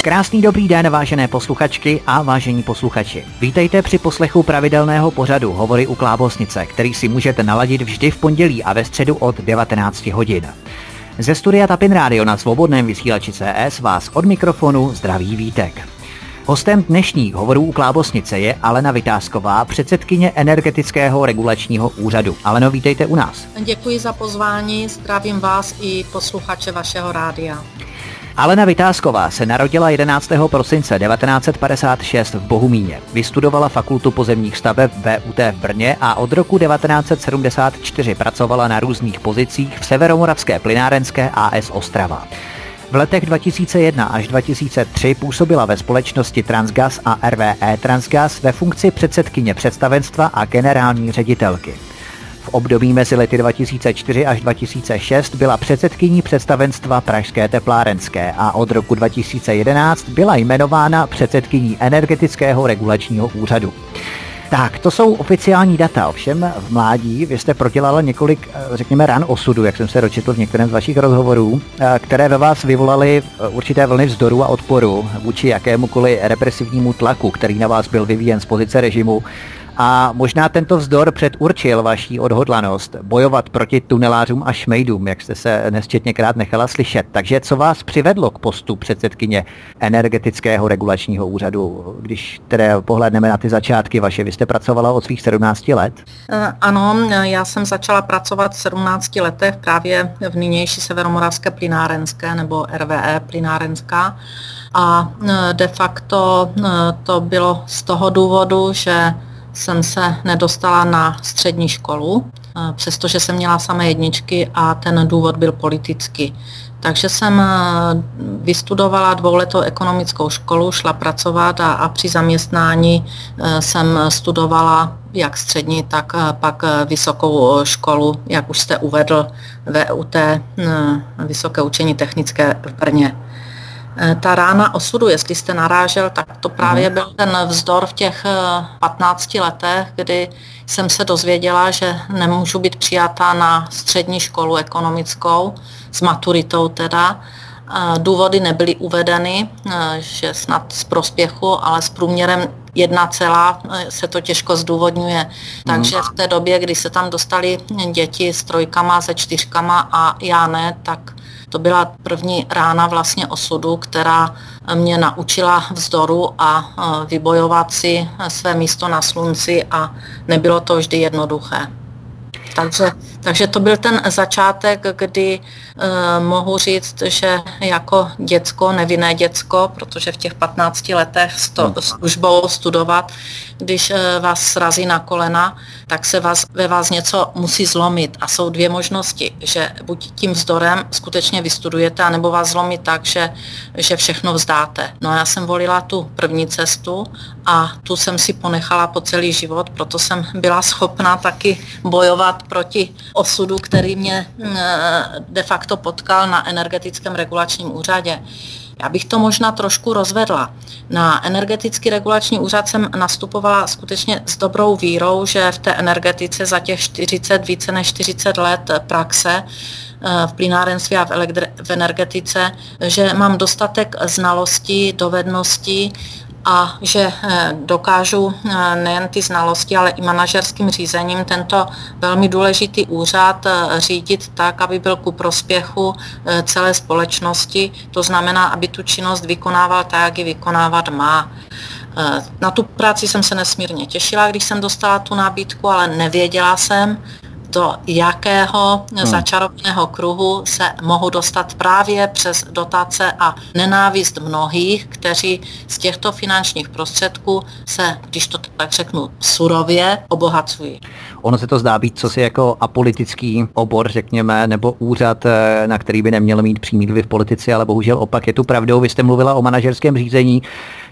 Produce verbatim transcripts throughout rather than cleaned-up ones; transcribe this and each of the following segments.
Krásný dobrý den, vážené posluchačky a vážení posluchači. Vítejte při poslechu pravidelného pořadu Hovory u Klábosnice, který si můžete naladit vždy v pondělí a ve středu od devatenáct hodin. Ze studia Tapin Radio na svobodném vysílači C S vás od mikrofonu zdraví Vítek. Hostem dnešních Hovorů u Klábosnice je Alena Vitásková, předsedkyně Energetického regulačního úřadu. Aleno, vítejte u nás. Děkuji za pozvání, zdravím vás i posluchače vašeho rádia. Alena Vitásková se narodila jedenáctého prosince devatenáct set padesát šest v Bohumíně. Vystudovala Fakultu pozemních staveb V U T v Brně a od roku devatenáct set sedmdesát čtyři pracovala na různých pozicích v Severomoravské plynárenské A S Ostrava. V letech dva tisíce jedna až dva tisíce tři působila ve společnosti Transgas a R W E Transgas ve funkci předsedkyně představenstva a generální ředitelky. V období mezi lety dva tisíce čtyři až dva tisíce šest byla předsedkyní představenstva Pražské teplárenské a od roku dva tisíce jedenáct byla jmenována předsedkyní Energetického regulačního úřadu. Tak, to jsou oficiální data, ovšem v mládí vy jste prodělala několik, řekněme, ran osudu, jak jsem se dočetl v některém z vašich rozhovorů, které ve vás vyvolaly určité vlny vzdoru a odporu vůči jakémukoliv represivnímu tlaku, který na vás byl vyvíjen z pozice režimu. A možná tento vzdor předurčil vaší odhodlanost bojovat proti tunelářům a šmejdům, jak jste se nesčetněkrát nechala slyšet. Takže co vás přivedlo k postu předsedkyně Energetického regulačního úřadu, když tedy pohlédneme na ty začátky vaše? Vy jste pracovala od svých sedmnácti let? Ano, já jsem začala pracovat v sedmnácti letech právě v nynější Severomoravské plynárenské nebo R W E plynárenská. A de facto to bylo z toho důvodu, že jsem se nedostala na střední školu, přestože jsem měla samé jedničky a ten důvod byl politický. Takže jsem vystudovala dvouletou ekonomickou školu, šla pracovat a, a při zaměstnání jsem studovala jak střední, tak pak vysokou školu, jak už jste uvedl, V U T, Vysoké učení technické v Brně. Ta rána osudu, jestli jste narážel, tak to právě byl ten vzdor v těch patnácti letech, kdy jsem se dozvěděla, že nemůžu být přijata na střední školu ekonomickou, s maturitou teda. Důvody nebyly uvedeny, že snad z prospěchu, ale s průměrem jedna celá se to těžko zdůvodňuje. Takže v té době, kdy se tam dostali děti s trojkama, se čtyřkama a já ne, tak to byla první rána vlastně osudu, která mě naučila vzdoru a vybojovat si své místo na slunci a nebylo to vždy jednoduché. Takže, takže to byl ten začátek, kdy e, mohu říct, že jako děcko, nevinné děcko, protože v těch patnácti letech sto, službou studovat, když e, vás srazí na kolena, tak se vás, ve vás něco musí zlomit. A jsou dvě možnosti, že buď tím vzdorem skutečně vystudujete, anebo vás zlomí tak, že, že všechno vzdáte. No a já jsem volila tu první cestu a tu jsem si ponechala po celý život, proto jsem byla schopná taky bojovat proti osudu, který mě de facto potkal na Energetickém regulačním úřadě. Já bych to možná trošku rozvedla. Na Energetický regulační úřad jsem nastupovala skutečně s dobrou vírou, že v té energetice za těch čtyřicet, více než čtyřicet let praxe v plynárenství a v, elektri- v energetice, že mám dostatek znalostí, dovedností a že dokážu nejen ty znalosti, ale i manažerským řízením tento velmi důležitý úřad řídit tak, aby byl ku prospěchu celé společnosti. To znamená, aby tu činnost vykonával tak, jak ji vykonávat má. Na tu práci jsem se nesmírně těšila, když jsem dostala tu nabídku, ale nevěděla jsem, do jakého hmm. začarovaného kruhu se mohu dostat právě přes dotace a nenávist mnohých, kteří z těchto finančních prostředků se, když to tak řeknu, surově obohacují. Ono se to zdá být cosi jako apolitický obor, řekněme, nebo úřad, na který by neměl mít přímý vliv v politice, ale bohužel opak je tu pravdou. Vy jste mluvila o manažerském řízení.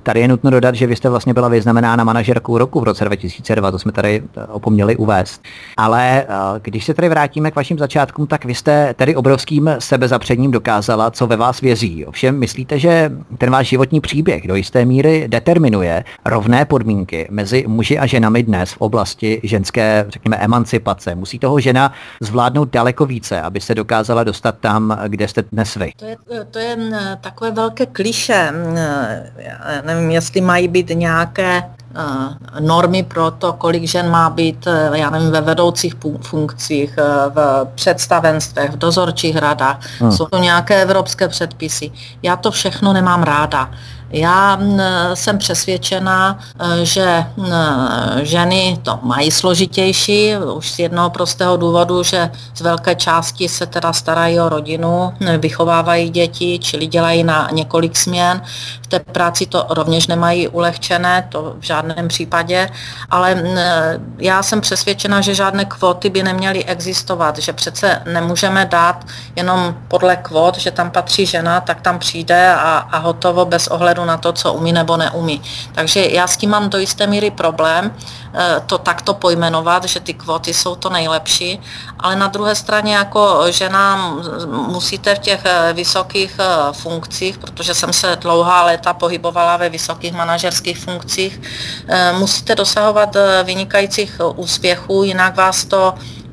Tady je nutno dodat, že vy jste vlastně byla vyznamenána manažerkou roku v roce dva tisíce dva, to jsme tady opomněli uvést. Ale když se tady vrátíme k vašim začátkům, tak vy jste tedy obrovským sebezapřením dokázala, co ve vás vězí. Ovšem, myslíte, že ten váš životní příběh do jisté míry determinuje rovné podmínky mezi muži a ženami dnes v oblasti ženské, řekněme, emancipace? Musí toho žena zvládnout daleko více, aby se dokázala dostat tam, kde jste dnes vy? To je, to je takové velké klišé. Já nevím, jestli mají být nějaké normy pro to, kolik žen má být, já nevím, ve vedoucích funkcích, v představenstvech, v dozorčích radách. Hmm. Jsou to nějaké evropské předpisy. Já to všechno nemám ráda. Já jsem přesvědčena, že ženy to mají složitější, už z jednoho prostého důvodu, že z velké části se teda starají o rodinu, vychovávají děti, čili dělají na několik směn. V té práci to rovněž nemají ulehčené, to v žádném případě, ale já jsem přesvědčena, že žádné kvóty by neměly existovat, že přece nemůžeme dát jenom podle kvót, že tam patří žena, tak tam přijde a, a hotovo bez ohledu na to, co umí nebo neumí. Takže já s tím mám do jisté míry problém to takto pojmenovat, že ty kvóty jsou to nejlepší, ale na druhé straně jako žena musíte v těch vysokých funkcích, protože jsem se dlouhá léta pohybovala ve vysokých manažerských funkcích, musíte dosahovat vynikajících úspěchů, jinak vás to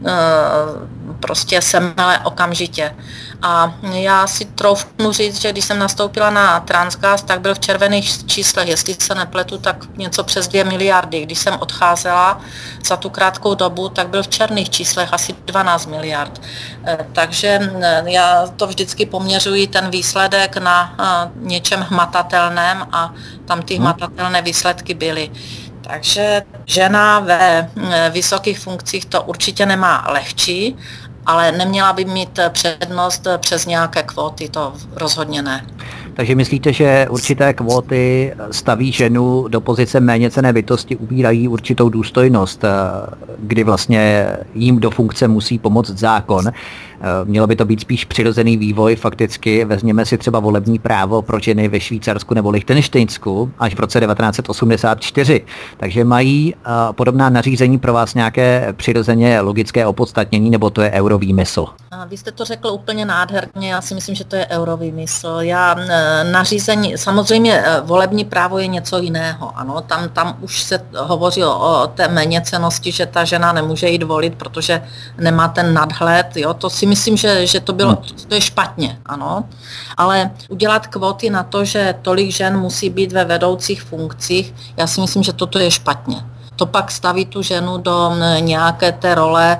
prostě semele okamžitě. A já si troufnu říct, že když jsem nastoupila na Transgas, tak byl v červených číslech, jestli se nepletu, tak něco přes dvě miliardy. Když jsem odcházela za tu krátkou dobu, tak byl v černých číslech asi dvanáct miliard. Takže já to vždycky poměřuji ten výsledek na něčem hmatatelném a tam ty hmatatelné výsledky byly. Takže žena ve vysokých funkcích to určitě nemá lehčí, ale neměla by mít přednost přes nějaké kvóty, to rozhodně ne. Takže myslíte, že určité kvóty staví ženu do pozice méněcenné bytosti, ubírají určitou důstojnost, kdy vlastně jim do funkce musí pomoct zákon? Mělo by to být spíš přirozený vývoj, fakticky vezměme si třeba volební právo pro ženy ve Švýcarsku nebo Lichtenštejnsku až v roce devatenáct set osmdesát čtyři. Takže mají podobná nařízení pro vás nějaké přirozeně logické opodstatnění, nebo to je eurovýmysl? Vy jste to řekl úplně nádherně, já si myslím, že to je eurovýmysl. Já nařízení, samozřejmě volební právo je něco jiného, ano, tam, tam už se hovoří o, o té méněcennosti, že ta žena nemůže jít volit, protože nemá ten nadhled, jo, to si myslím, že, že to bylo, to je špatně, ano, ale udělat kvóty na to, že tolik žen musí být ve vedoucích funkcích, já si myslím, že toto je špatně. To pak staví tu ženu do nějaké té role,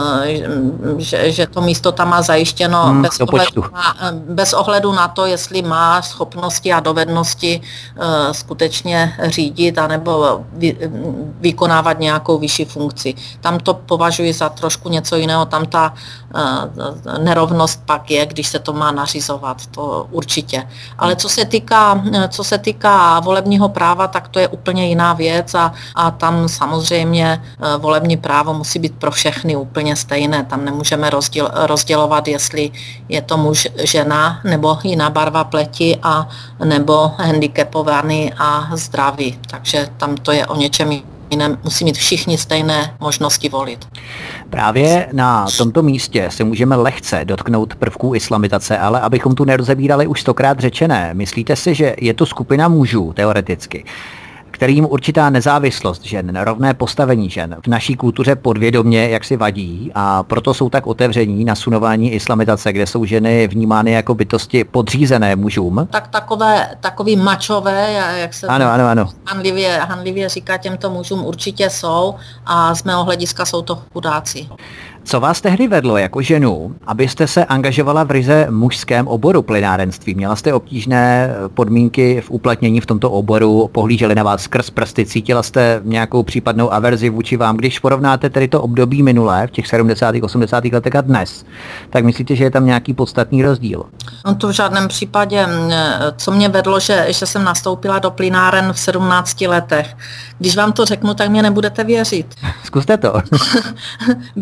že, že to místo tam má zajištěno hmm, bez, ohledu na, bez ohledu na to, jestli má schopnosti a dovednosti skutečně řídit anebo vy, vykonávat nějakou vyšší funkci. Tam to považuji za trošku něco jiného, tam ta nerovnost pak je, když se to má nařizovat, to určitě. Ale co se týká, co se týká volebního práva, tak to je úplně jiná věc a, a tam samozřejmě volební právo musí být pro všechny úplně stejné. Tam nemůžeme rozděl, rozdělovat, jestli je to muž, žena nebo jiná barva pleti a nebo handicapovaný a zdravý. Takže tam to je o něčem jiném. Musí mít všichni stejné možnosti volit. Právě na tomto místě se můžeme lehce dotknout prvků islamitace, ale abychom tu nerozebírali už stokrát řečené, myslíte si, že je to skupina mužů, teoreticky, kterým určitá nezávislost žen, rovné postavení žen v naší kultuře podvědomě jaksi vadí a proto jsou tak otevření na sunování islamitace, kde jsou ženy vnímány jako bytosti podřízené mužům? Tak takové, takový mačové, jak se ano, ano, ano. Hanlivě, hanlivě říká těmto mužům, určitě jsou a z mého hlediska jsou to chudáci. Co vás tehdy vedlo jako ženu, abyste se angažovala v ryze mužském oboru plynárenství? Měla jste obtížné podmínky v uplatnění v tomto oboru, pohlíželi na vás skrz prsty, cítila jste nějakou případnou averzi vůči vám? Když porovnáte tedy to období minulé v těch sedmdesátých osmdesátých letech a dnes, tak myslíte, že je tam nějaký podstatný rozdíl? No to v žádném případě. Co mě vedlo, že, že jsem nastoupila do plynáren v sedmnácti letech. Když vám to řeknu, tak mě nebudete věřit. Zkuste to. bylo, bylo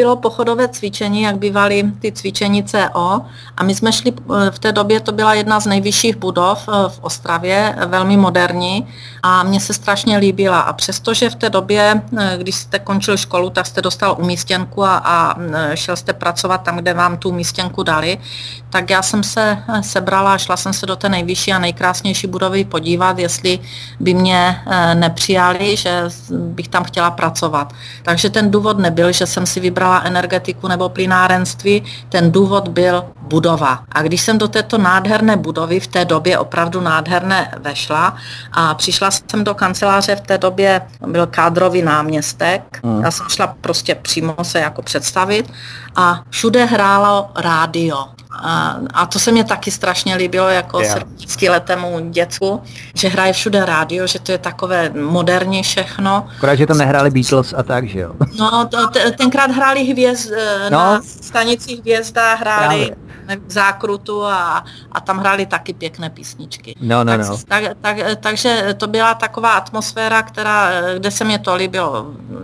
bylo pochodové cvičení, jak bývaly ty cvičení C O, a my jsme šli, v té době to byla jedna z nejvyšších budov v Ostravě, velmi moderní, a mně se strašně líbila. A přestože v té době, když jste končil školu, tak jste dostal umístěnku a, a šel jste pracovat tam, kde vám tu umístěnku dali, tak já jsem se sebrala a šla jsem se do té nejvyšší a nejkrásnější budovy podívat, jestli by mě nepřijali, že bych tam chtěla pracovat. Takže ten důvod nebyl, že jsem si vybrala energetiku nebo plynárenství, ten důvod byl budova. A když jsem do této nádherné budovy, v té době opravdu nádherné, vešla a přišla jsem do kanceláře, v té době byl kádrový náměstek, mm. já jsem šla prostě přímo se jako představit a všude hrálo rádio. A, a to se mě taky strašně líbilo jako yeah. sedmnáctiletému děcku, že hraje všude rádio, že to je takové moderní všechno. Akorát, že tam nehráli Beatles a tak, že jo? No, to, t- tenkrát hráli hvězd, no. na stanici Hvězda, hráli Právě. v Zákrutu a, a tam hráli taky pěkné písničky. No, no, tak, no. Tak, tak, takže to byla taková atmosféra, která, kde se mě to líbilo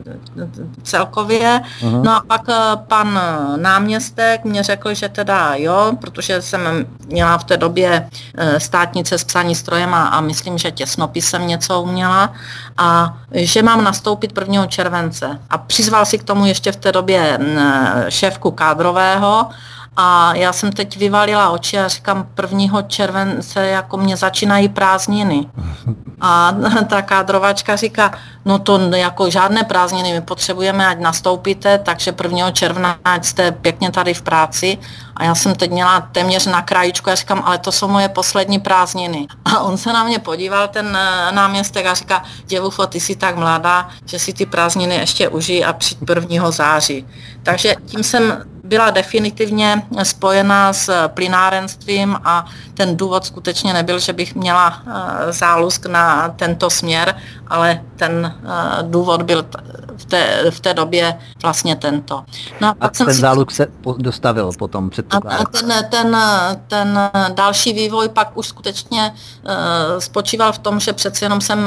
celkově. Uh-huh. No a pak pan náměstek mě řekl, že teda jo, protože jsem měla v té době státnice s psaní strojem a, a myslím, že těsnopisem něco uměla, a že mám nastoupit prvního července. A přizval si k tomu ještě v té době šéfku kádrového. A já jsem teď vyvalila oči a říkám, prvního července jako mě začínají prázdniny. A ta kádrovačka říká, no to jako žádné prázdniny, my potřebujeme, ať nastoupíte, takže prvního června, ať jste pěkně tady v práci. A já jsem teď měla téměř na krajičku a říkám, ale to jsou moje poslední prázdniny. A on se na mě podíval, ten náměstek, a říká, děvufo, ty jsi tak mladá, že si ty prázdniny ještě užij a přijď prvního září. Takže tím jsem byla definitivně spojená s plynárenstvím a ten důvod skutečně nebyl, že bych měla zálusk na tento směr, ale ten důvod byl v té, v té době vlastně tento. No a, a ten si... zálusk se dostavil potom, předpokládám. A ten, ten, ten další vývoj pak už skutečně spočíval v tom, že přeci jenom jsem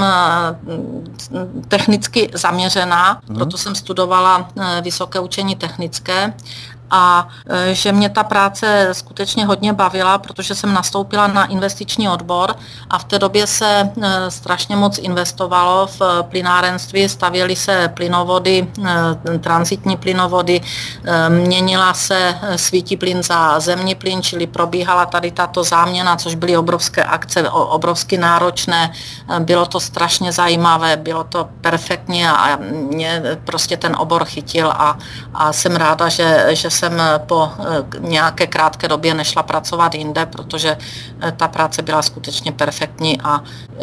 technicky zaměřená, hmm. proto jsem studovala vysoké učení technické, a že mě ta práce skutečně hodně bavila, protože jsem nastoupila na investiční odbor a v té době se strašně moc investovalo v plynárenství, stavěly se plynovody, tranzitní plynovody, měnila se svítí plyn za zemní plyn, čili probíhala tady tato záměna, což byly obrovské akce, obrovsky náročné, bylo to strašně zajímavé, bylo to perfektní a mě prostě ten obor chytil a, a jsem ráda, že, že jsem po nějaké krátké době nešla pracovat jinde, protože ta práce byla skutečně perfektní a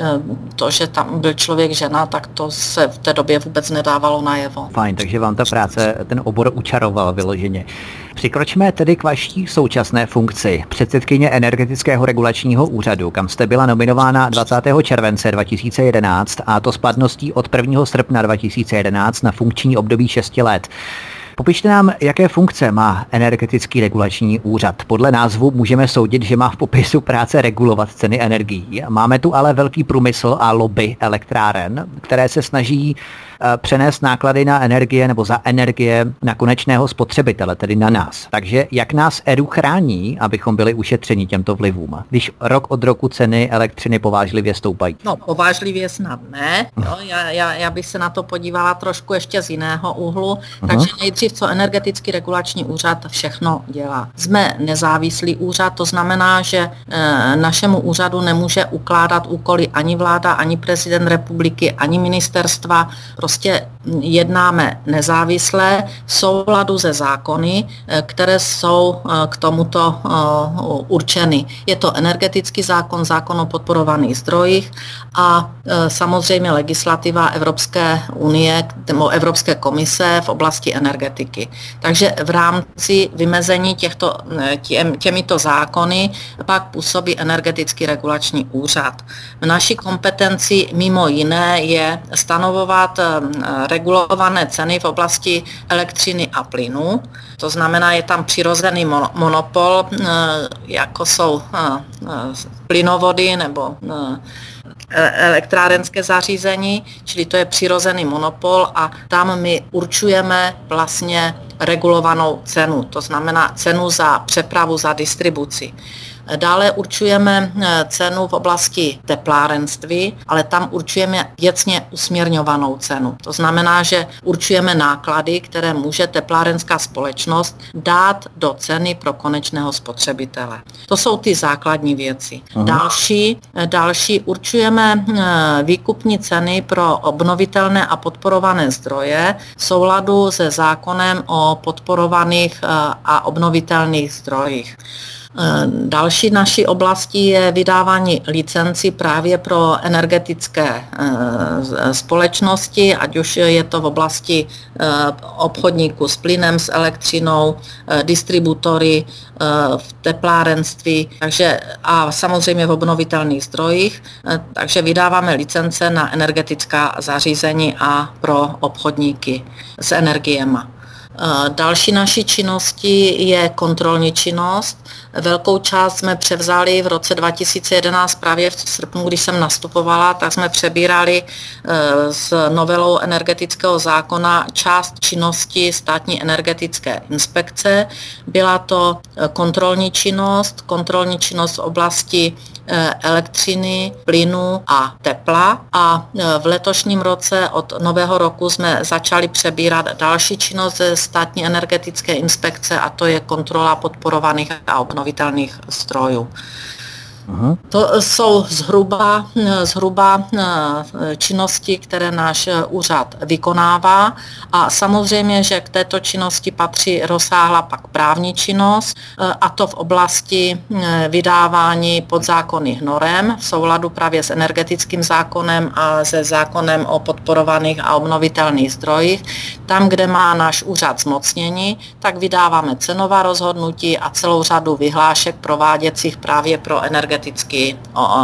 to, že tam byl člověk žena, tak to se v té době vůbec nedávalo najevo. Fajn, takže vám ta práce, ten obor učaroval vyloženě. Přikročme tedy k vaší současné funkci, předsedkyně Energetického regulačního úřadu, kam jste byla nominována dvacátého července dva tisíce jedenáct, a to s platností od prvního srpna dva tisíce jedenáct na funkční období šesti let. Popište nám, jaké funkce má Energetický regulační úřad. Podle názvu můžeme soudit, že má v popisu práce regulovat ceny energií. Máme tu ale velký průmysl a lobby elektráren, které se snaží přenést náklady na energie nebo za energie na konečného spotřebitele, tedy na nás. Takže jak nás E R U chrání, abychom byli ušetřeni těmto vlivům, když rok od roku ceny elektřiny povážlivě stoupají? No, povážlivě snad ne. Jo, já, já, já bych se na to podívala trošku ještě z jiného úhlu. Uh-huh. Takže nejdřív, co Energetický regulační úřad všechno dělá. Jsme nezávislý úřad, to znamená, že e, našemu úřadu nemůže ukládat úkoly ani vláda, ani prezident republiky, ani ministerstva. Prostě jednáme nezávisle v souladu se zákony, které jsou k tomuto určeny. Je to energetický zákon, zákon o podporovaných zdrojích a samozřejmě legislativa Evropské unie nebo Evropské komise v oblasti energetiky. Takže v rámci vymezení těchto, těm, těmito zákony pak působí Energetický regulační úřad. V naší kompetenci mimo jiné je stanovovat regulované ceny v oblasti elektřiny a plynu. To znamená, je tam přirozený monopol, jako jsou plynovody nebo elektrárenské zařízení, čili to je přirozený monopol a tam my určujeme vlastně regulovanou cenu, to znamená cenu za přepravu, za distribuci. Dále určujeme cenu v oblasti teplárenství, ale tam určujeme věcně usměrňovanou cenu. To znamená, že určujeme náklady, které může teplárenská společnost dát do ceny pro konečného spotřebitele. To jsou ty základní věci. Další, další určujeme výkupní ceny pro obnovitelné a podporované zdroje v souladu se zákonem o podporovaných a obnovitelných zdrojích. Další naší oblastí je vydávání licencí právě pro energetické společnosti, ať už je to v oblasti obchodníků s plynem, s elektřinou, distributory v teplárenství, takže a samozřejmě v obnovitelných zdrojích, takže vydáváme licence na energetická zařízení a pro obchodníky s energiemi. Další naší činností je kontrolní činnost. Velkou část jsme převzali v roce dva tisíce jedenáct, právě v srpnu, když jsem nastupovala, tak jsme přebírali s novelou energetického zákona část činnosti státní energetické inspekce. Byla to kontrolní činnost, kontrolní činnost v oblasti elektřiny, plynu a tepla a v letošním roce od nového roku jsme začali přebírat další činnost ze státní energetické inspekce a to je kontrola podporovaných a obnovitelných zdrojů. Aha. To jsou zhruba, zhruba činnosti, které náš úřad vykonává a samozřejmě, že k této činnosti patří rozsáhlá pak právní činnost a to v oblasti vydávání podzákonných norem v souladu právě s energetickým zákonem a se zákonem o podporovaných a obnovitelných zdrojích. Tam, kde má náš úřad zmocnění, tak vydáváme cenová rozhodnutí a celou řadu vyhlášek prováděcích právě pro energetické energetický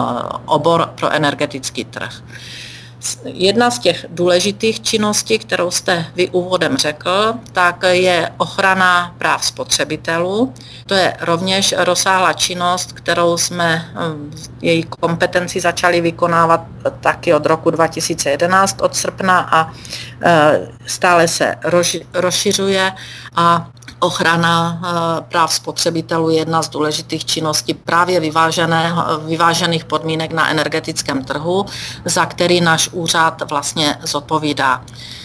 obor pro energetický trh. Jedna z těch důležitých činností, kterou jste vy úvodem řekl, tak je ochrana práv spotřebitelů. To je rovněž rozsáhlá činnost, kterou jsme její kompetenci začali vykonávat taky od roku dva tisíce jedenáct, od srpna a stále se rozšiřuje a ochrana práv spotřebitelů je jedna z důležitých činností právě vyvážených podmínek na energetickém trhu, za který náš úřad vlastně zodpovídá.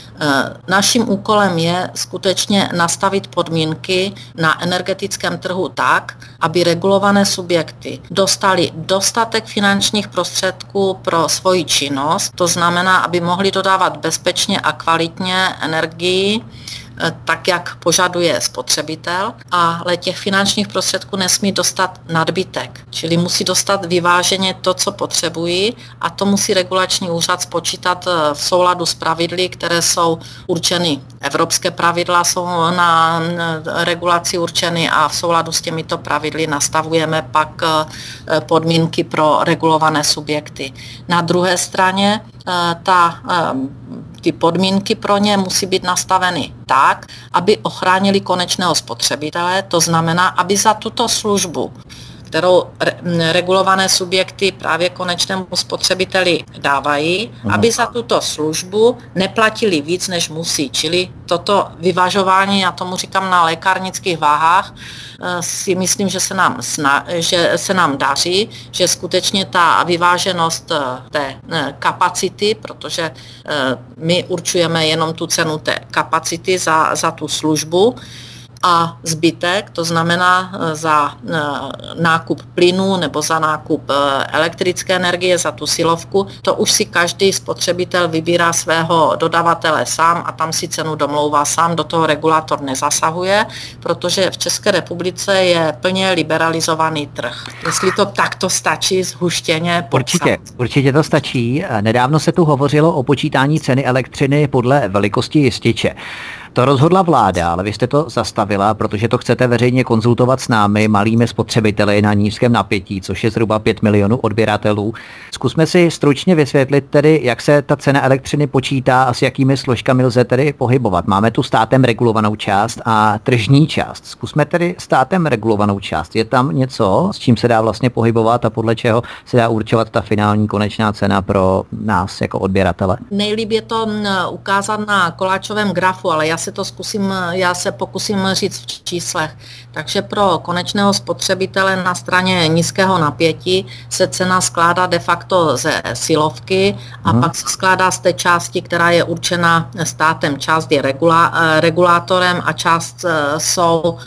Naším úkolem je skutečně nastavit podmínky na energetickém trhu tak, aby regulované subjekty dostaly dostatek finančních prostředků pro svoji činnost, to znamená, aby mohli dodávat bezpečně a kvalitně energii, tak, jak požaduje spotřebitel, ale těch finančních prostředků nesmí dostat nadbytek, čili musí dostat vyváženě to, co potřebují a to musí regulační úřad spočítat v souladu s pravidly, které jsou určeny. Evropské pravidla jsou na regulaci určeny a v souladu s těmito pravidly nastavujeme pak podmínky pro regulované subjekty. Na druhé straně ta ty podmínky pro ně musí být nastaveny tak, aby ochránili konečného spotřebitele, to znamená, aby za tuto službu, kterou regulované subjekty právě konečnému spotřebiteli dávají, Aha. aby za tuto službu neplatili víc, než musí. Čili toto vyvažování, já tomu říkám na lékárnických váhách, si myslím, že se nám, sna, že se nám daří, že skutečně ta vyváženost té kapacity, protože my určujeme jenom tu cenu té kapacity za, za tu službu, a zbytek, to znamená za nákup plynu nebo za nákup elektrické energie, za tu silovku, to už si každý spotřebitel vybírá svého dodavatele sám a tam si cenu domlouvá sám, do toho regulátor nezasahuje, protože v České republice je plně liberalizovaný trh. Jestli to takto stačí zhuštěně popsat. Určitě, určitě to stačí. Nedávno se tu hovořilo o počítání ceny elektřiny podle velikosti jističe. To rozhodla vláda, ale vy jste to zastavila, protože to chcete veřejně konzultovat s námi, malými spotřebiteli na nízkém napětí, což je zhruba pět milionů odběratelů. Zkusme si stručně vysvětlit tedy, jak se ta cena elektřiny počítá a s jakými složkami lze tedy pohybovat. Máme tu státem regulovanou část a tržní část. Zkusme tedy státem regulovanou část. Je tam něco, s čím se dá vlastně pohybovat a podle čeho se dá určovat ta finální konečná cena pro nás jako odběratele? Nejlíp je to ukázat na koláčovém grafu, ale já se to zkusím, já se pokusím říct v číslech. Takže pro konečného spotřebitele na straně nízkého napětí se cena skládá de facto ze silovky a hmm. pak se skládá z té části, která je určena státem. Část je regula, regulátorem a část jsou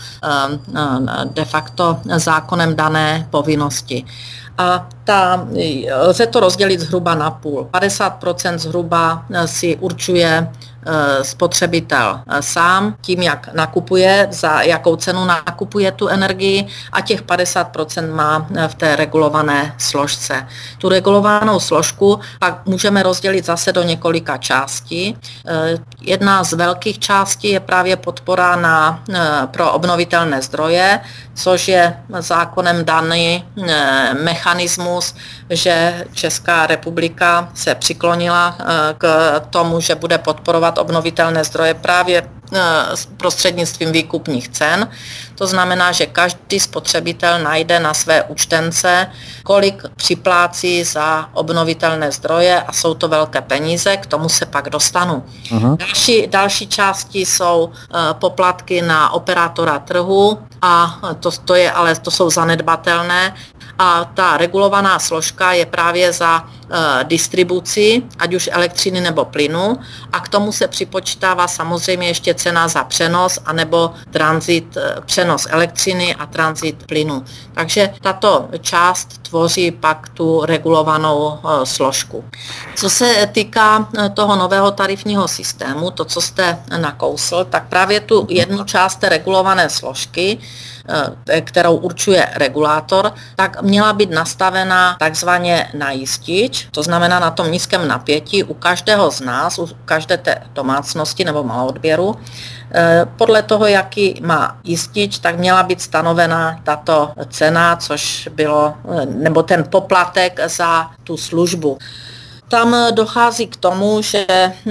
de facto zákonem dané povinnosti. A ta, lze to rozdělit zhruba na půl. padesát procent zhruba si určuje spotřebitel sám tím, jak nakupuje, za jakou cenu nakupuje tu energii a těch padesát procent má v té regulované složce. Tu regulovanou složku pak můžeme rozdělit zase do několika částí. Jedna z velkých částí je právě podpora na, pro obnovitelné zdroje, což je zákonem daný mechanismus, že Česká republika se přiklonila k tomu, že bude podporovat obnovitelné zdroje právě prostřednictvím výkupních cen. To znamená, že každý spotřebitel najde na své účtence, kolik připlácí za obnovitelné zdroje a jsou to velké peníze, k tomu se pak dostanu. Uh-huh. Další, další části jsou poplatky na operátora trhu a to, to je, ale to jsou zanedbatelné. A ta regulovaná složka je právě za e, distribuci, ať už elektřiny nebo plynu, a k tomu se připočítává samozřejmě ještě cena za přenos anebo tranzit, e, přenos elektřiny a tranzit plynu. Takže tato část tvoří pak tu regulovanou e, složku. Co se týká e, toho nového tarifního systému, to, co jste nakousl, tak právě tu jednu část té regulované složky, kterou určuje regulátor, tak měla být nastavena takzvaně na jistič, to znamená na tom nízkém napětí u každého z nás, u každé té domácnosti nebo maloodběru. Podle toho, jaký má jistič, tak měla být stanovena tato cena, což bylo, nebo ten poplatek za tu službu. Tam dochází k tomu, že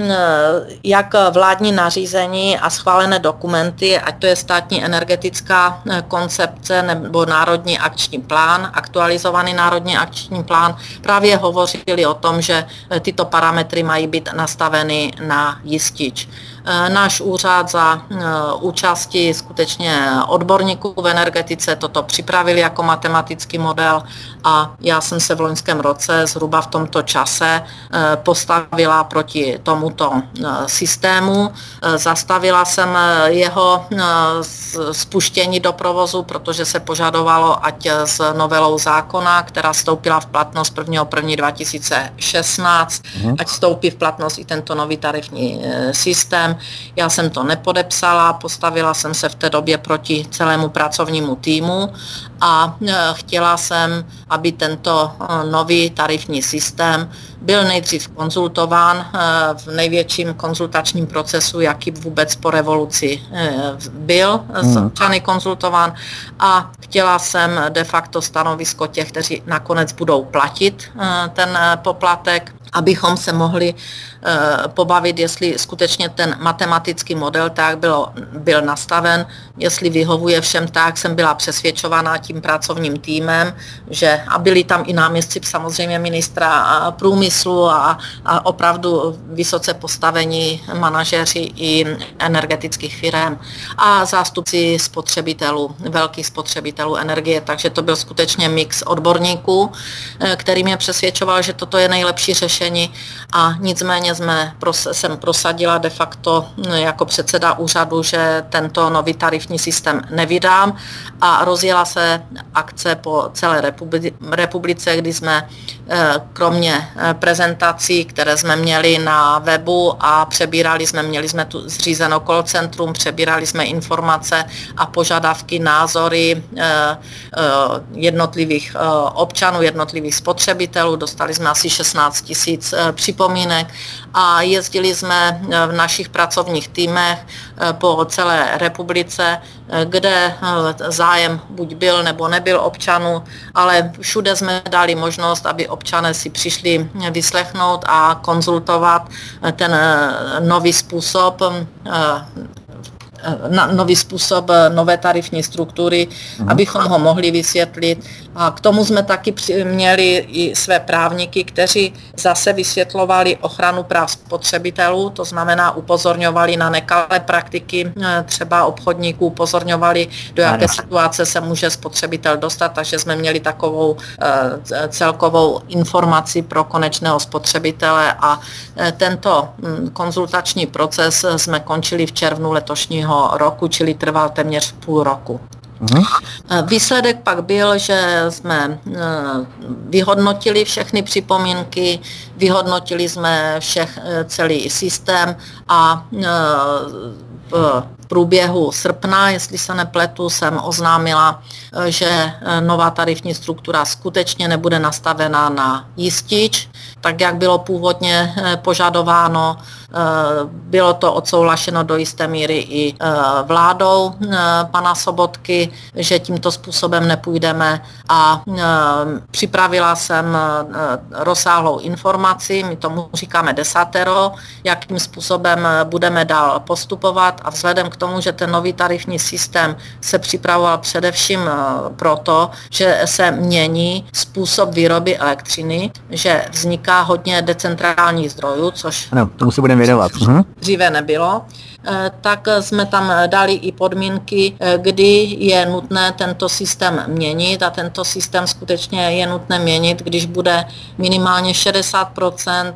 jak vládní nařízení a schválené dokumenty, ať to je státní energetická koncepce nebo národní akční plán, aktualizovaný národní akční plán, právě hovořili o tom, že tyto parametry mají být nastaveny na jistič. Náš úřad za účasti skutečně odborníků v energetice toto připravil jako matematický model a já jsem se v loňském roce zhruba v tomto čase postavila proti tomuto systému. Zastavila jsem jeho spuštění do provozu, protože se požadovalo, ať s novelou zákona, která vstoupila v platnost prvního prvního dva tisíce šestnáct, uhum. ať vstoupí v platnost i tento nový tarifní systém. Já jsem to nepodepsala, postavila jsem se v té době proti celému pracovnímu týmu a chtěla jsem, aby tento nový tarifní systém byl nejdřív konzultován v největším konzultačním procesu, jaký vůbec po revoluci byl s občany konzultován, a chtěla jsem de facto stanovisko těch, kteří nakonec budou platit ten poplatek, abychom se mohli uh, pobavit, jestli skutečně ten matematický model tak bylo, byl nastaven, jestli vyhovuje všem, tak jsem byla přesvědčovaná tím pracovním týmem, že a byli tam i náměstci samozřejmě ministra průmyslu a, a opravdu vysoce postavení manažeři i energetických firem a zástupci spotřebitelů, velkých spotřebitelů energie, takže to byl skutečně mix odborníků, který mě přesvědčoval, že toto je nejlepší řešení. A nicméně jsme, jsem prosadila de facto jako předseda úřadu, že tento nový tarifní systém nevydám, a rozjela se akce po celé republice, kdy jsme kromě prezentací, které jsme měli na webu a přebírali jsme, měli jsme tu zřízeno call centrum, přebírali jsme informace a požadavky, názory jednotlivých občanů, jednotlivých spotřebitelů. Dostali jsme asi šestnáct tisíc připomínek a jezdili jsme v našich pracovních týmech po celé republice, kde zájem buď byl nebo nebyl občanů, ale všude jsme dali možnost, aby občané si přišli vyslechnout a konzultovat ten nový způsob Na, nový způsob nové tarifní struktury, mm. abychom ho mohli vysvětlit. A k tomu jsme taky měli i své právníky, kteří zase vysvětlovali ochranu práv spotřebitelů, to znamená upozorňovali na nekalé praktiky třeba obchodníků, upozorňovali, do jaké ano. situace se může spotřebitel dostat, takže jsme měli takovou celkovou informaci pro konečného spotřebitele a tento konzultační proces jsme končili v červnu letošního roku, čili trval téměř půl roku. Uhum. Výsledek pak byl, že jsme vyhodnotili všechny připomínky, vyhodnotili jsme všech, celý systém a v průběhu srpna, jestli se nepletu, jsem oznámila, že nová tarifní struktura skutečně nebude nastavená na jistič, tak jak bylo původně požadováno. Bylo to odsouhlašeno do jisté míry i vládou pana Sobotky, že tímto způsobem nepůjdeme a připravila jsem rozsáhlou informaci, my tomu říkáme desatero, jakým způsobem budeme dál postupovat a vzhledem k tomu, že ten nový tarifní systém se připravoval především proto, že se mění způsob výroby elektřiny, že vzniká hodně decentrálních zdrojů, což ano, tomu se budeme věnovat. Dříve nebylo, tak jsme tam dali i podmínky, kdy je nutné tento systém měnit a tento systém skutečně je nutné měnit, když bude minimálně šedesát procent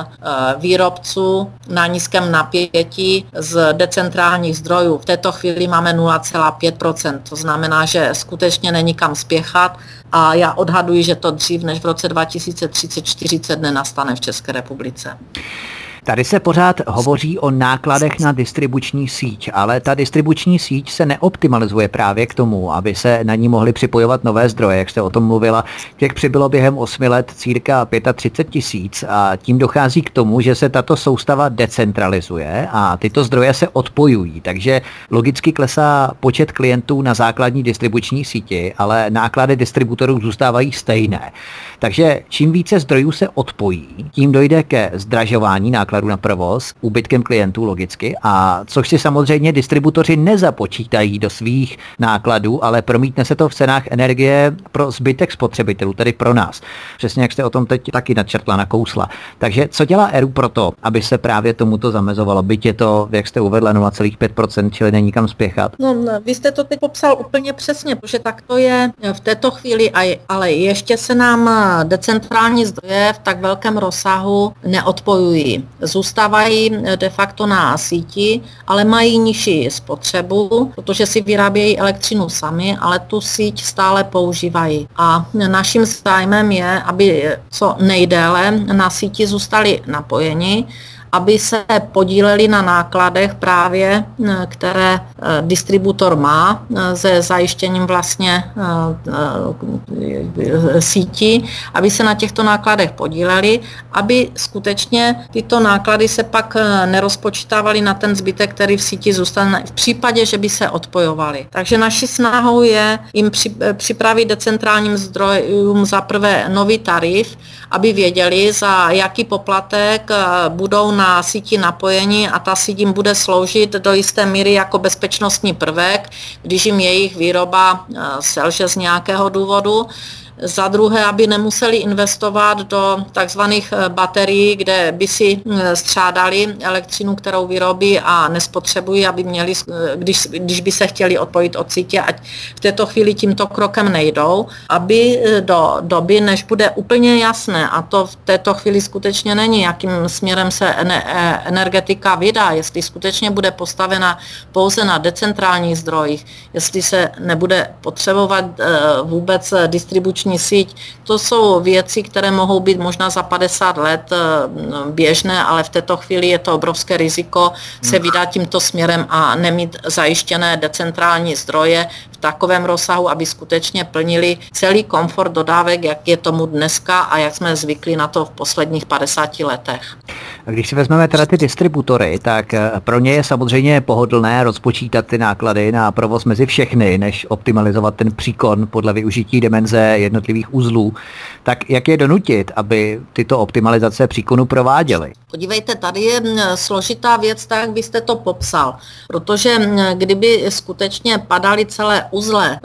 výrobců na nízkém napětí z decentrálních zdrojů. V této chvíli máme nula celá pět procent, to znamená, že skutečně není kam spěchat a já odhaduji, že to dřív než v roce dva tisíce třicet čtyřicet nenastane v České republice. Tady se pořád hovoří o nákladech na distribuční síť, ale ta distribuční síť se neoptimalizuje právě k tomu, aby se na ní mohly připojovat nové zdroje, jak jste o tom mluvila. Těch přibylo během osmi let círka třicet pět tisíc a tím dochází k tomu, že se tato soustava decentralizuje a tyto zdroje se odpojují, takže logicky klesá počet klientů na základní distribuční síti, ale náklady distributorů zůstávají stejné. Takže čím více zdrojů se odpojí, tím dojde ke zdražování nákladů na provoz, úbytkem klientů logicky, a což si samozřejmě distributoři nezapočítají do svých nákladů, ale promítne se to v cenách energie pro zbytek spotřebitelů, tedy pro nás. Přesně jak jste o tom teď taky načrtla, nakousla. Takže co dělá E R U pro to, aby se právě tomuto zamezovalo? Byť je to, jak jste uvedla, nula celá pět procent, čili není kam spěchat. No, vy jste to teď popsal úplně přesně, protože tak to je v této chvíli, ale ještě se nám decentrální zdroje v tak velkém rozsahu neodpojují. Zůstávají de facto na síti, ale mají nižší spotřebu, protože si vyrábějí elektřinu sami, ale tu síť stále používají. A naším zájmem je, aby co nejdéle na síti zůstali napojeni, aby se podíleli na nákladech právě, které distributor má se zajištěním vlastně sítí, aby se na těchto nákladech podíleli, aby skutečně tyto náklady se pak nerozpočítávaly na ten zbytek, který v síti zůstane v případě, že by se odpojovaly. Takže naší snahou je jim připravit decentrálním zdrojům za prvé nový tarif, aby věděli, za jaký poplatek budou na na síti napojení a ta síť jim bude sloužit do jisté míry jako bezpečnostní prvek, když jim jejich výroba selže z nějakého důvodu. Za druhé, aby nemuseli investovat do takzvaných baterií, kde by si střádali elektřinu, kterou vyrobí a nespotřebují, aby měli, když, když by se chtěli odpojit od sítě, ať v této chvíli tímto krokem nejdou, aby do doby, než bude úplně jasné, a to v této chvíli skutečně není, jakým směrem se energetika vydá, jestli skutečně bude postavena pouze na decentrálních zdrojích, jestli se nebude potřebovat vůbec distribuční distribuční síť, to jsou věci, které mohou být možná za padesát let běžné, ale v této chvíli je to obrovské riziko se vydat tímto směrem a nemít zajištěné decentrální zdroje v takovém rozsahu, aby skutečně plnili celý komfort dodávek, jak je tomu dneska a jak jsme zvykli na to v posledních padesáti letech. A když si vezmeme teda ty distributory, tak pro ně je samozřejmě pohodlné rozpočítat ty náklady na provoz mezi všechny, než optimalizovat ten příkon podle využití dimenze jednotlivých uzlů. Tak jak je donutit, aby tyto optimalizace příkonu prováděly? Podívejte, tady je složitá věc, tak jak byste to popsal, protože kdyby skutečně padaly celé uzle,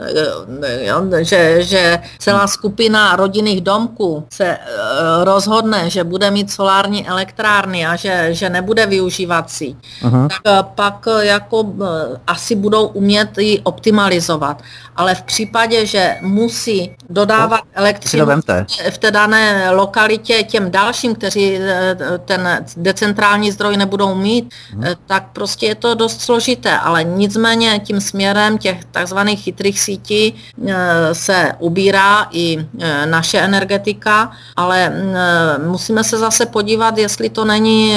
že, že celá skupina rodinných domků se rozhodne, že bude mít solární elektrárny a že, že nebude využívat síť, uh-huh. tak pak jako asi budou umět ji optimalizovat. Ale v případě, že musí dodávat elektřinu v té dané lokalitě těm dalším, kteří ten decentrální zdroj nebudou mít, hmm. tak prostě je to dost složité, ale nicméně tím směrem těch takzvaných chytrých sítí se ubírá i naše energetika, ale musíme se zase podívat, jestli to není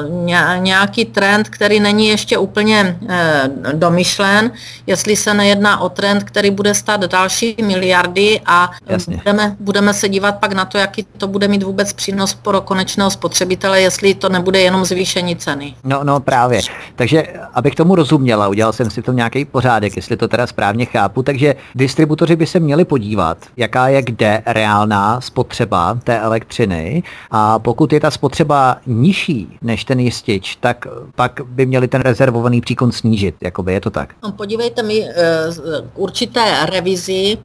nějaký trend, který není ještě úplně domyšlen, jestli se nejedná o trend, který bude stát další miliardy a budeme, budeme se dívat pak na to, jaký to bude mít vůbec přínos pro konečného spotřebitele, jestli to nebude jenom zvýšení ceny. No, no právě. Takže abych tomu rozuměla, udělal jsem si to nějaký pořádek, jestli to teda správně chápu, takže distributoři by se měli podívat, jaká je kde reálná spotřeba té elektřiny a pokud je ta spotřeba nižší než ten jistič, tak pak by měli ten rezervovaný příkon snížit, jakoby je to tak. No, podívejte, my k určité revizi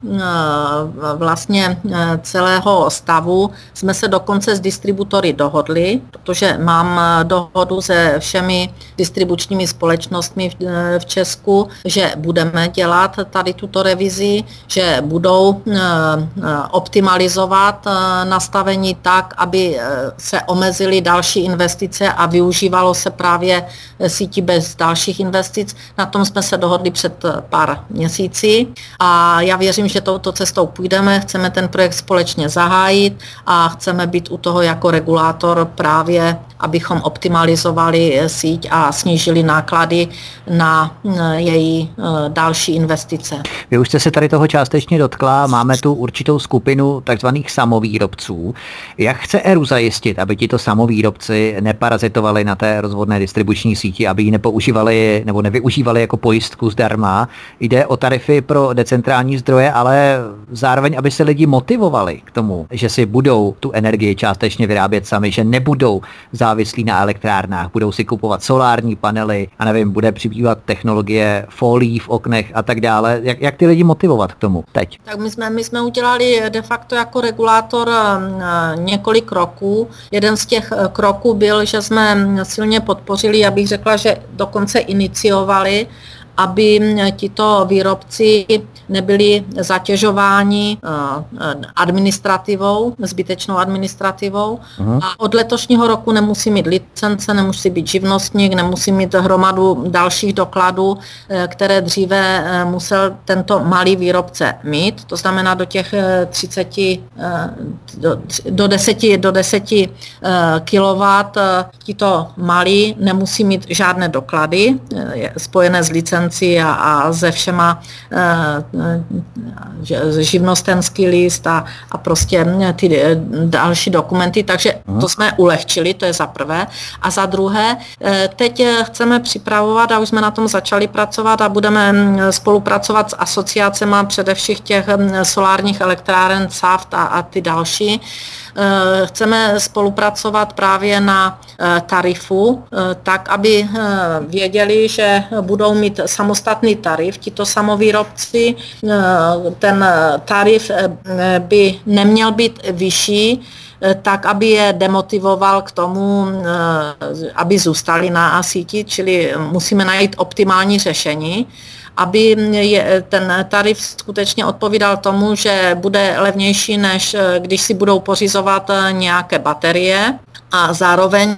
vlastně celého stavu jsme se dokonce s distributory dohodli, protože mám dohodu se všemi distribučními společnostmi v Česku, že budeme dělat tady tuto revizi, že budou optimalizovat nastavení tak, aby se omezily další investice a využívalo se právě sítí bez dalších investic. Na tom jsme se dohodli před pár měsíci a já věřím, že touto cestou půjdeme, chceme ten projekt společně zahájit a chceme být u toho jako regulátor právě, abychom optimalizovali síť a snížili náklady na její další investice. Vy už jste se tady toho částečně dotkla, máme tu určitou skupinu takzvaných samovýrobců. Jak chce E R U zajistit, aby tito samovýrobci neparazitovali na té rozvodné distribuční síti, aby ji nepoužívali nebo nevyužívali jako pojistku zdarma? Jde o tarify pro decentrální zdroje, ale zároveň, aby se lidi motivovali k tomu, že si budou tu energii částečně vyrábět sami, že nebudou závislí na elektrárnách, budou si kupovat solární panely a nevím, bude přibývat technologie folií v oknech a tak dále. Jak, jak ty lidi motivovat k tomu teď? Tak my jsme, my jsme udělali de facto jako regulátor několik kroků. Jeden z těch kroků byl, že jsme silně podpořili, já bych řekla, že dokonce iniciovali, aby tito výrobci nebyli zatěžováni administrativou, zbytečnou administrativou. Uh-huh. A od letošního roku nemusí mít licence, nemusí být živnostník, nemusí mít hromadu dalších dokladů, které dříve musel tento malý výrobce mít. To znamená do těch třiceti, do, do deseti, do deseti kilowattů tito malí nemusí mít žádné doklady spojené s licencí a, a ze všema e, živnostenský list a, a prostě ty další dokumenty, takže to jsme ulehčili, to je za prvé. A za druhé, e, teď chceme připravovat a už jsme na tom začali pracovat a budeme spolupracovat s asociacemi především těch solárních elektráren S A F T a, a ty další. Chceme spolupracovat právě na tarifu, tak aby věděli, že budou mít samostatný tarif. Tito samovýrobci, ten tarif by neměl být vyšší, tak, aby je demotivoval k tomu, aby zůstali na síti, čili musíme najít optimální řešení, aby je, ten tarif skutečně odpovídal tomu, že bude levnější, než když si budou pořizovat nějaké baterie. a zároveň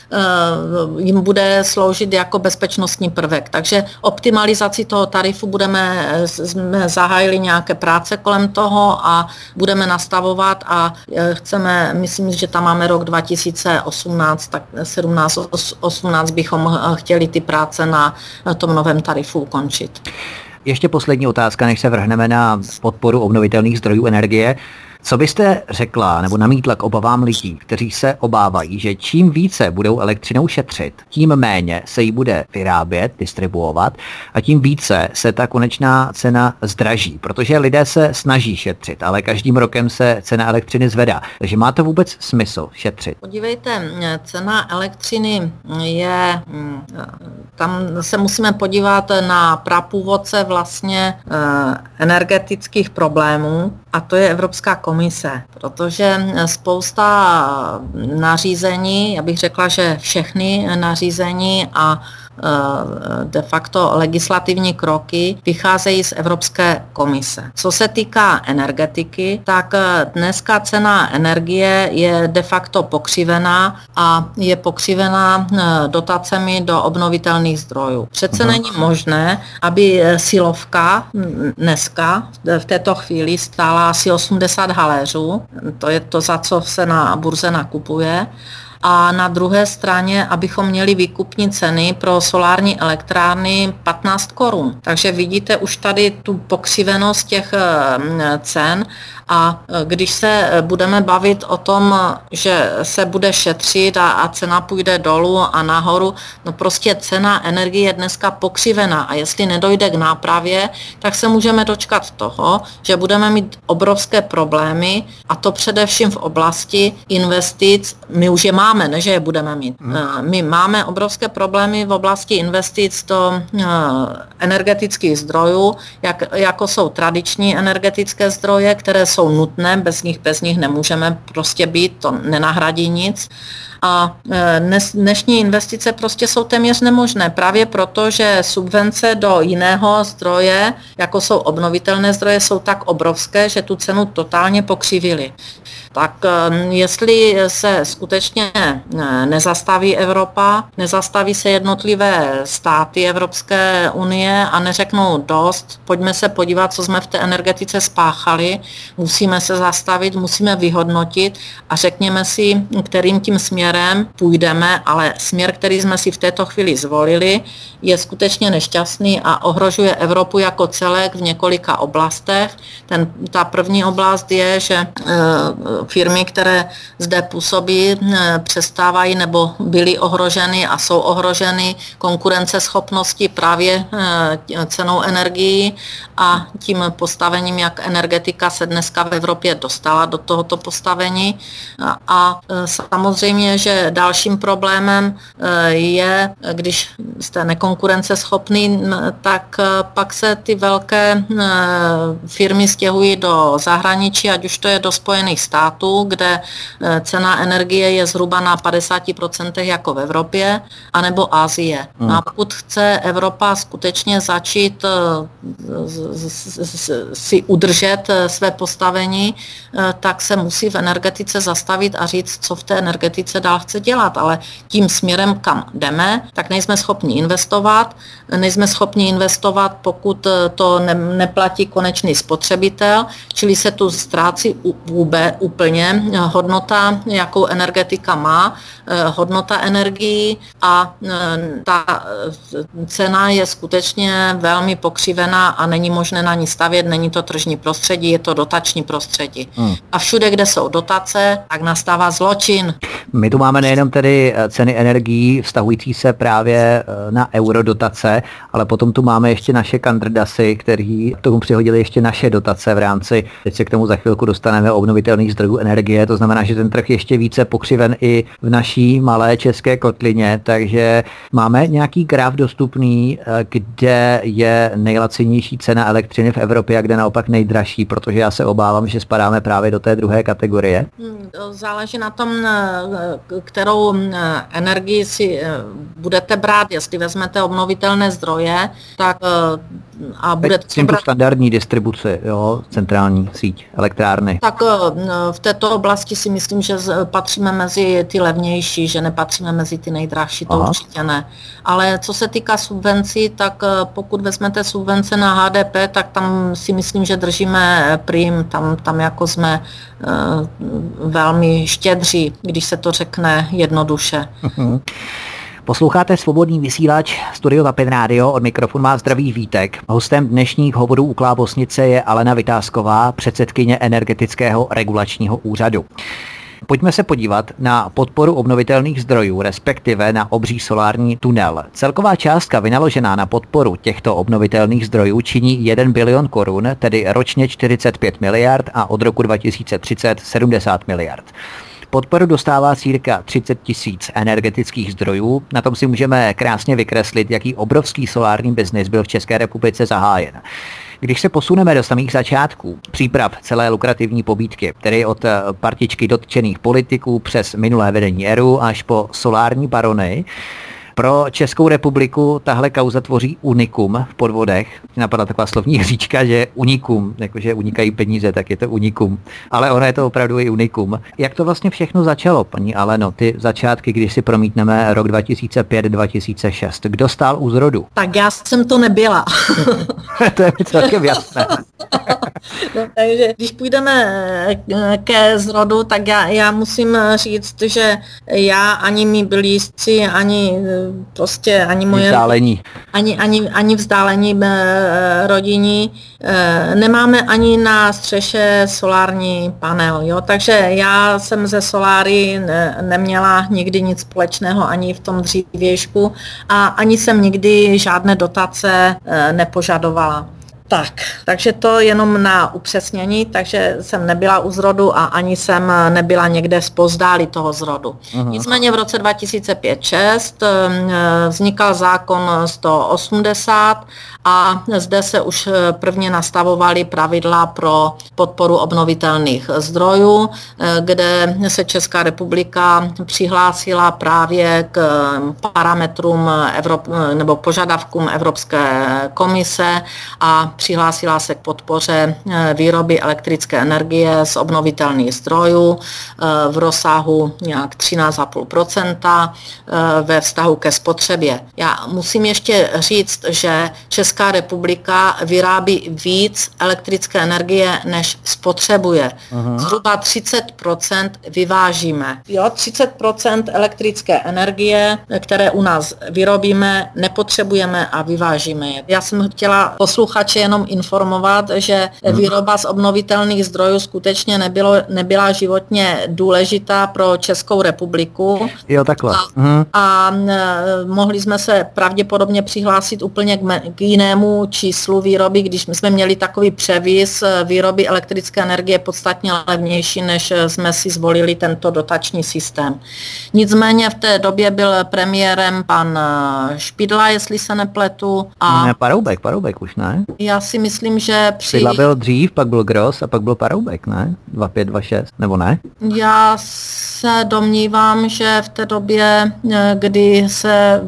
jim bude sloužit jako bezpečnostní prvek. Takže optimalizaci toho tarifu budeme, jsme zahájili nějaké práce kolem toho a budeme nastavovat a chceme, myslím, že tam máme rok dva tisíce osmnáct, tak sedmnáct osmnáct bychom chtěli ty práce na tom novém tarifu ukončit. Ještě poslední otázka, než se vrhneme na podporu obnovitelných zdrojů energie. Co byste řekla nebo namítla k obavám lidí, kteří se obávají, že čím více budou elektřinou šetřit, tím méně se jí bude vyrábět, distribuovat a tím více se ta konečná cena zdraží, protože lidé se snaží šetřit, ale každým rokem se cena elektřiny zvedá. Takže má to vůbec smysl šetřit? Podívejte, cena elektřiny je, tam se musíme podívat na prapůvodce vlastně energetických problémů, a to je Evropská komise, protože spousta nařízení, já bych řekla, že všechny nařízení a de facto legislativní kroky vycházejí z Evropské komise. Co se týká energetiky, tak dneska cena energie je de facto pokřivená a je pokřivená dotacemi do obnovitelných zdrojů. Přece Aha. není možné, aby silovka dneska v této chvíli stála asi osmdesát haléřů, to je to, za co se na burze nakupuje, a na druhé straně, abychom měli výkupní ceny pro solární elektrárny patnáct korun. Takže vidíte už tady tu pokřivenost těch cen a když se budeme bavit o tom, že se bude šetřit a, a cena půjde dolů a nahoru, no prostě cena energie je dneska pokřivená a jestli nedojde k nápravě, tak se můžeme dočkat toho, že budeme mít obrovské problémy a to především v oblasti investic. My už je máme, ne že je budeme mít. My máme obrovské problémy v oblasti investic do energetických zdrojů, jak, jako jsou tradiční energetické zdroje, které jsou nutné, bez nich, bez nich nemůžeme prostě být, to nenahradí nic. A dnes, dnešní investice prostě jsou téměř nemožné, právě proto, že subvence do jiného zdroje, jako jsou obnovitelné zdroje, jsou tak obrovské, že tu cenu totálně pokřivily. Tak jestli se skutečně nezastaví Evropa, nezastaví se jednotlivé státy Evropské unie a neřeknou dost, pojďme se podívat, co jsme v té energetice spáchali, musíme se zastavit, musíme vyhodnotit a řekněme si, kterým tím směrem půjdeme, ale směr, který jsme si v této chvíli zvolili, je skutečně nešťastný a ohrožuje Evropu jako celek v několika oblastech. Ten, ta první oblast je, že e, firmy, které zde působí, e, přestávají nebo byly ohroženy a jsou ohroženy konkurenceschopností právě e, cenou energií a tím postavením, jak energetika se dneska v Evropě dostala do tohoto postavení. A, a e, samozřejmě, že dalším problémem e, je, když jste nekonkurenceschopný, tak pak se ty velké firmy stěhují do zahraničí, ať už to je do Spojených států, kde cena energie je zhruba na padesát procent jako v Evropě, anebo Asie. Hmm. A pokud chce Evropa skutečně začít si udržet své postavení, tak se musí v energetice zastavit a říct, co v té energetice dál chce dělat. Ale tím směrem, kam jdeme, tak nejsme schopni investovat. Nejsme schopni investovat, pokud to ne, neplatí konečný spotřebitel, čili se tu ztrácí vůbec úplně hodnota, jakou energetika má, hodnota energií a ta cena je skutečně velmi pokřivená a není možné na ní stavět, není to tržní prostředí, je to dotační prostředí. Hmm. A všude, kde jsou dotace, tak nastává zločin. My tu máme nejenom tedy ceny energií vztahující se právě na eurodotace, ale potom tu máme ještě naše kandrdasy, kteří k tomu přihodili ještě naše dotace v rámci, teď se k tomu za chvilku dostaneme, obnovitelných zdrojů energie, to znamená, že ten trh ještě více pokřiven i v naší malé české kotlině, takže máme nějaký graf dostupný, kde je nejlacinější cena elektřiny v Evropě a kde naopak nejdražší, protože já se obávám, že spadáme právě do té druhé kategorie. Záleží na tom, kterou energii si budete brát, jestli vezmete obnovitelné zdroje, tak a bude to tu standardní distribuci, jo, centrální síť, elektrárny. Tak v této oblasti si myslím, že patříme mezi ty levnější, že nepatříme mezi ty nejdražší, to Aha. určitě ne. Ale co se týká subvencí, tak pokud vezmete subvence na H D P, tak tam si myslím, že držíme prim, tam, tam jako jsme uh, velmi štědří, když se to řekne jednoduše. Posloucháte Svobodný vysílač, Studio Tapin Radio, od mikrofonu má zdravý Vítek. Hostem dnešních hovorů u Klávosnice je Alena Vitásková, předsedkyně Energetického regulačního úřadu. Pojďme se podívat na podporu obnovitelných zdrojů, respektive na obří solární tunel. Celková částka vynaložená na podporu těchto obnovitelných zdrojů činí jeden bilion korun, tedy ročně čtyřicet pět miliard a od roku dva tisíce třicet sedmdesát miliard. Podporu dostává cirka třicet tisíc energetických zdrojů. Na tom si můžeme krásně vykreslit, jaký obrovský solární biznis byl v České republice zahájen. Když se posuneme do samých začátků příprav celé lukrativní pobídky, tedy od partičky dotčených politiků přes minulé vedení ERÚ až po solární barony, pro Českou republiku tahle kauza tvoří unikum v podvodech. Napadla taková slovní hříčka, že unikum, jakože unikají peníze, tak je to unikum. Ale ono je to opravdu i unikum. Jak to vlastně všechno začalo, paní Aleno? Ty začátky, když si promítneme rok dva tisíce pět dva tisíce šest. Kdo stál u zrodu? Tak já jsem to nebyla. To je mi celkem jasné. No, takže když půjdeme ke zrodu, tak já, já musím říct, že já ani mý blízci, ani prostě ani moje vzdálení. Ani, ani, ani vzdálení rodiní nemáme ani na střeše solární panel, jo? Takže já jsem ze soláry neměla nikdy nic společného ani v tom dřívějšku a ani jsem nikdy žádné dotace nepožadovala. Tak, takže to jenom na upřesnění, takže jsem nebyla u zrodu a ani jsem nebyla někde zpozdálí toho zrodu. Aha. Nicméně v roce dva tisíce pět šest vznikal zákon sto osmdesát a zde se už prvně nastavovaly pravidla pro podporu obnovitelných zdrojů, kde se Česká republika přihlásila právě k parametrům Evrop- nebo požadavkům Evropské komise a přihlásila se k podpoře výroby elektrické energie z obnovitelných zdrojů v rozsahu nějak třináct celá pět procenta ve vztahu ke spotřebě. Já musím ještě říct, že Česká republika vyrábí víc elektrické energie, než spotřebuje. Aha. Zhruba třicet procent vyvážíme. Jo, třicet procent elektrické energie, které u nás vyrobíme, nepotřebujeme a vyvážíme je. Já jsem chtěla posluchače jenom informovat, že výroba z obnovitelných zdrojů skutečně nebylo, nebyla životně důležitá pro Českou republiku. Jo, takhle. A, mhm. a mohli jsme se pravděpodobně přihlásit úplně k, me, k jinému číslu výroby, když my jsme měli takový převis výroby elektrické energie podstatně levnější, než jsme si zvolili tento dotační systém. Nicméně v té době byl premiérem pan Špidla, jestli se nepletu. A ne, Paroubek, Paroubek už ne? Já si myslím, že při... Špidla byl dřív, pak byl Gross a pak byl Paroubek, ne? dva pět dva šest, nebo ne? Já se domnívám, že v té době, kdy se...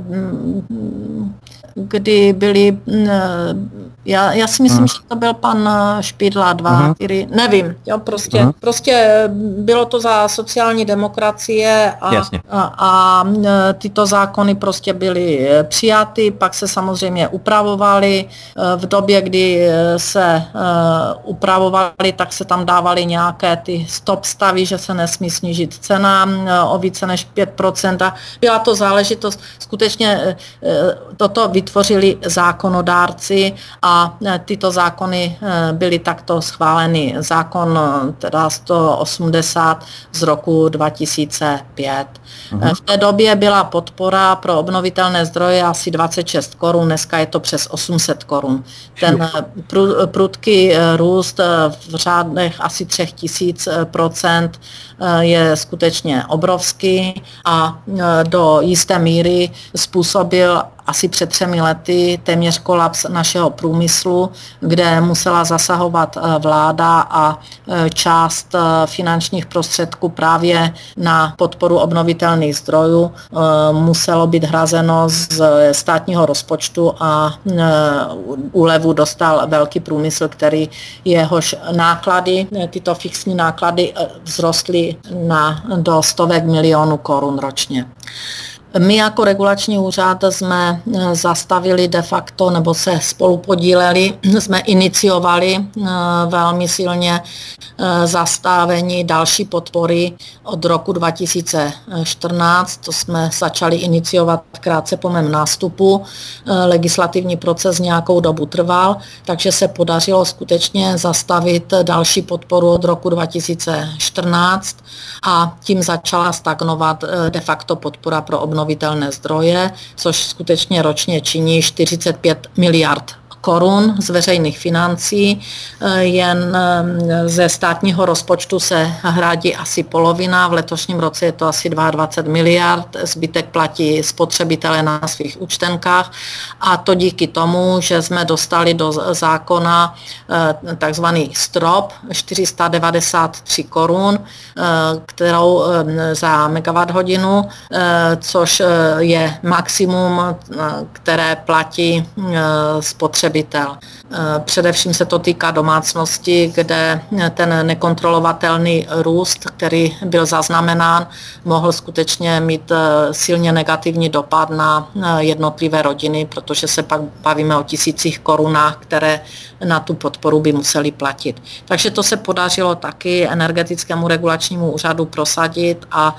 kdy byli... Já, já si myslím, hmm. že to byl pan Špidla dva, který, uh-huh. nevím, jo, prostě, uh-huh. prostě bylo to za sociální demokracie a, a, a tyto zákony prostě byly přijaty, pak se samozřejmě upravovaly. V době, kdy se upravovaly, tak se tam dávaly nějaké ty stop stavy, že se nesmí snížit cena o více než pět procent a byla to záležitost, skutečně toto vytvořili zákonodárci a A tyto zákony byly takto schváleny. Zákon teda sto osmdesát z roku dva tisíce pět. Uh-huh. V té době byla podpora pro obnovitelné zdroje asi dvacet šest korun, dneska je to přes osm set korun. Ten prudký růst v řádech asi tři tisíce procent je skutečně obrovský a do jisté míry způsobil asi před třemi lety téměř kolaps našeho průmyslu, kde musela zasahovat vláda a část finančních prostředků právě na podporu obnovitelných zdrojů muselo být hrazeno z státního rozpočtu a úlevu dostal velký průmysl, který jehož náklady, tyto fixní náklady vzrostly na, do stovek milionů korun ročně. My jako regulační úřad jsme zastavili de facto, nebo se spolupodíleli, jsme iniciovali velmi silně zastavení další podpory od roku dva tisíce čtrnáct. To jsme začali iniciovat krátce po mém nástupu. Legislativní proces nějakou dobu trval, takže se podařilo skutečně zastavit další podporu od roku dva tisíce čtrnáct a tím začala stagnovat de facto podpora pro obnovitelné zdroje, což skutečně ročně činí čtyřicet pět miliard korun z veřejných financí. Jen ze státního rozpočtu se hradí asi polovina, v letošním roce je to asi dvacet dva miliard, zbytek platí spotřebitelé na svých účtenkách a to díky tomu, že jsme dostali do zákona takzvaný strop čtyři sta devadesát tři korun, kterou za megawatt hodinu, což je maximum, které platí spotřebitel. Především se to týká domácnosti, kde ten nekontrolovatelný růst, který byl zaznamenán, mohl skutečně mít silně negativní dopad na jednotlivé rodiny, protože se pak bavíme o tisících korunách, které na tu podporu by museli platit. Takže to se podařilo taky energetickému regulačnímu úřadu prosadit a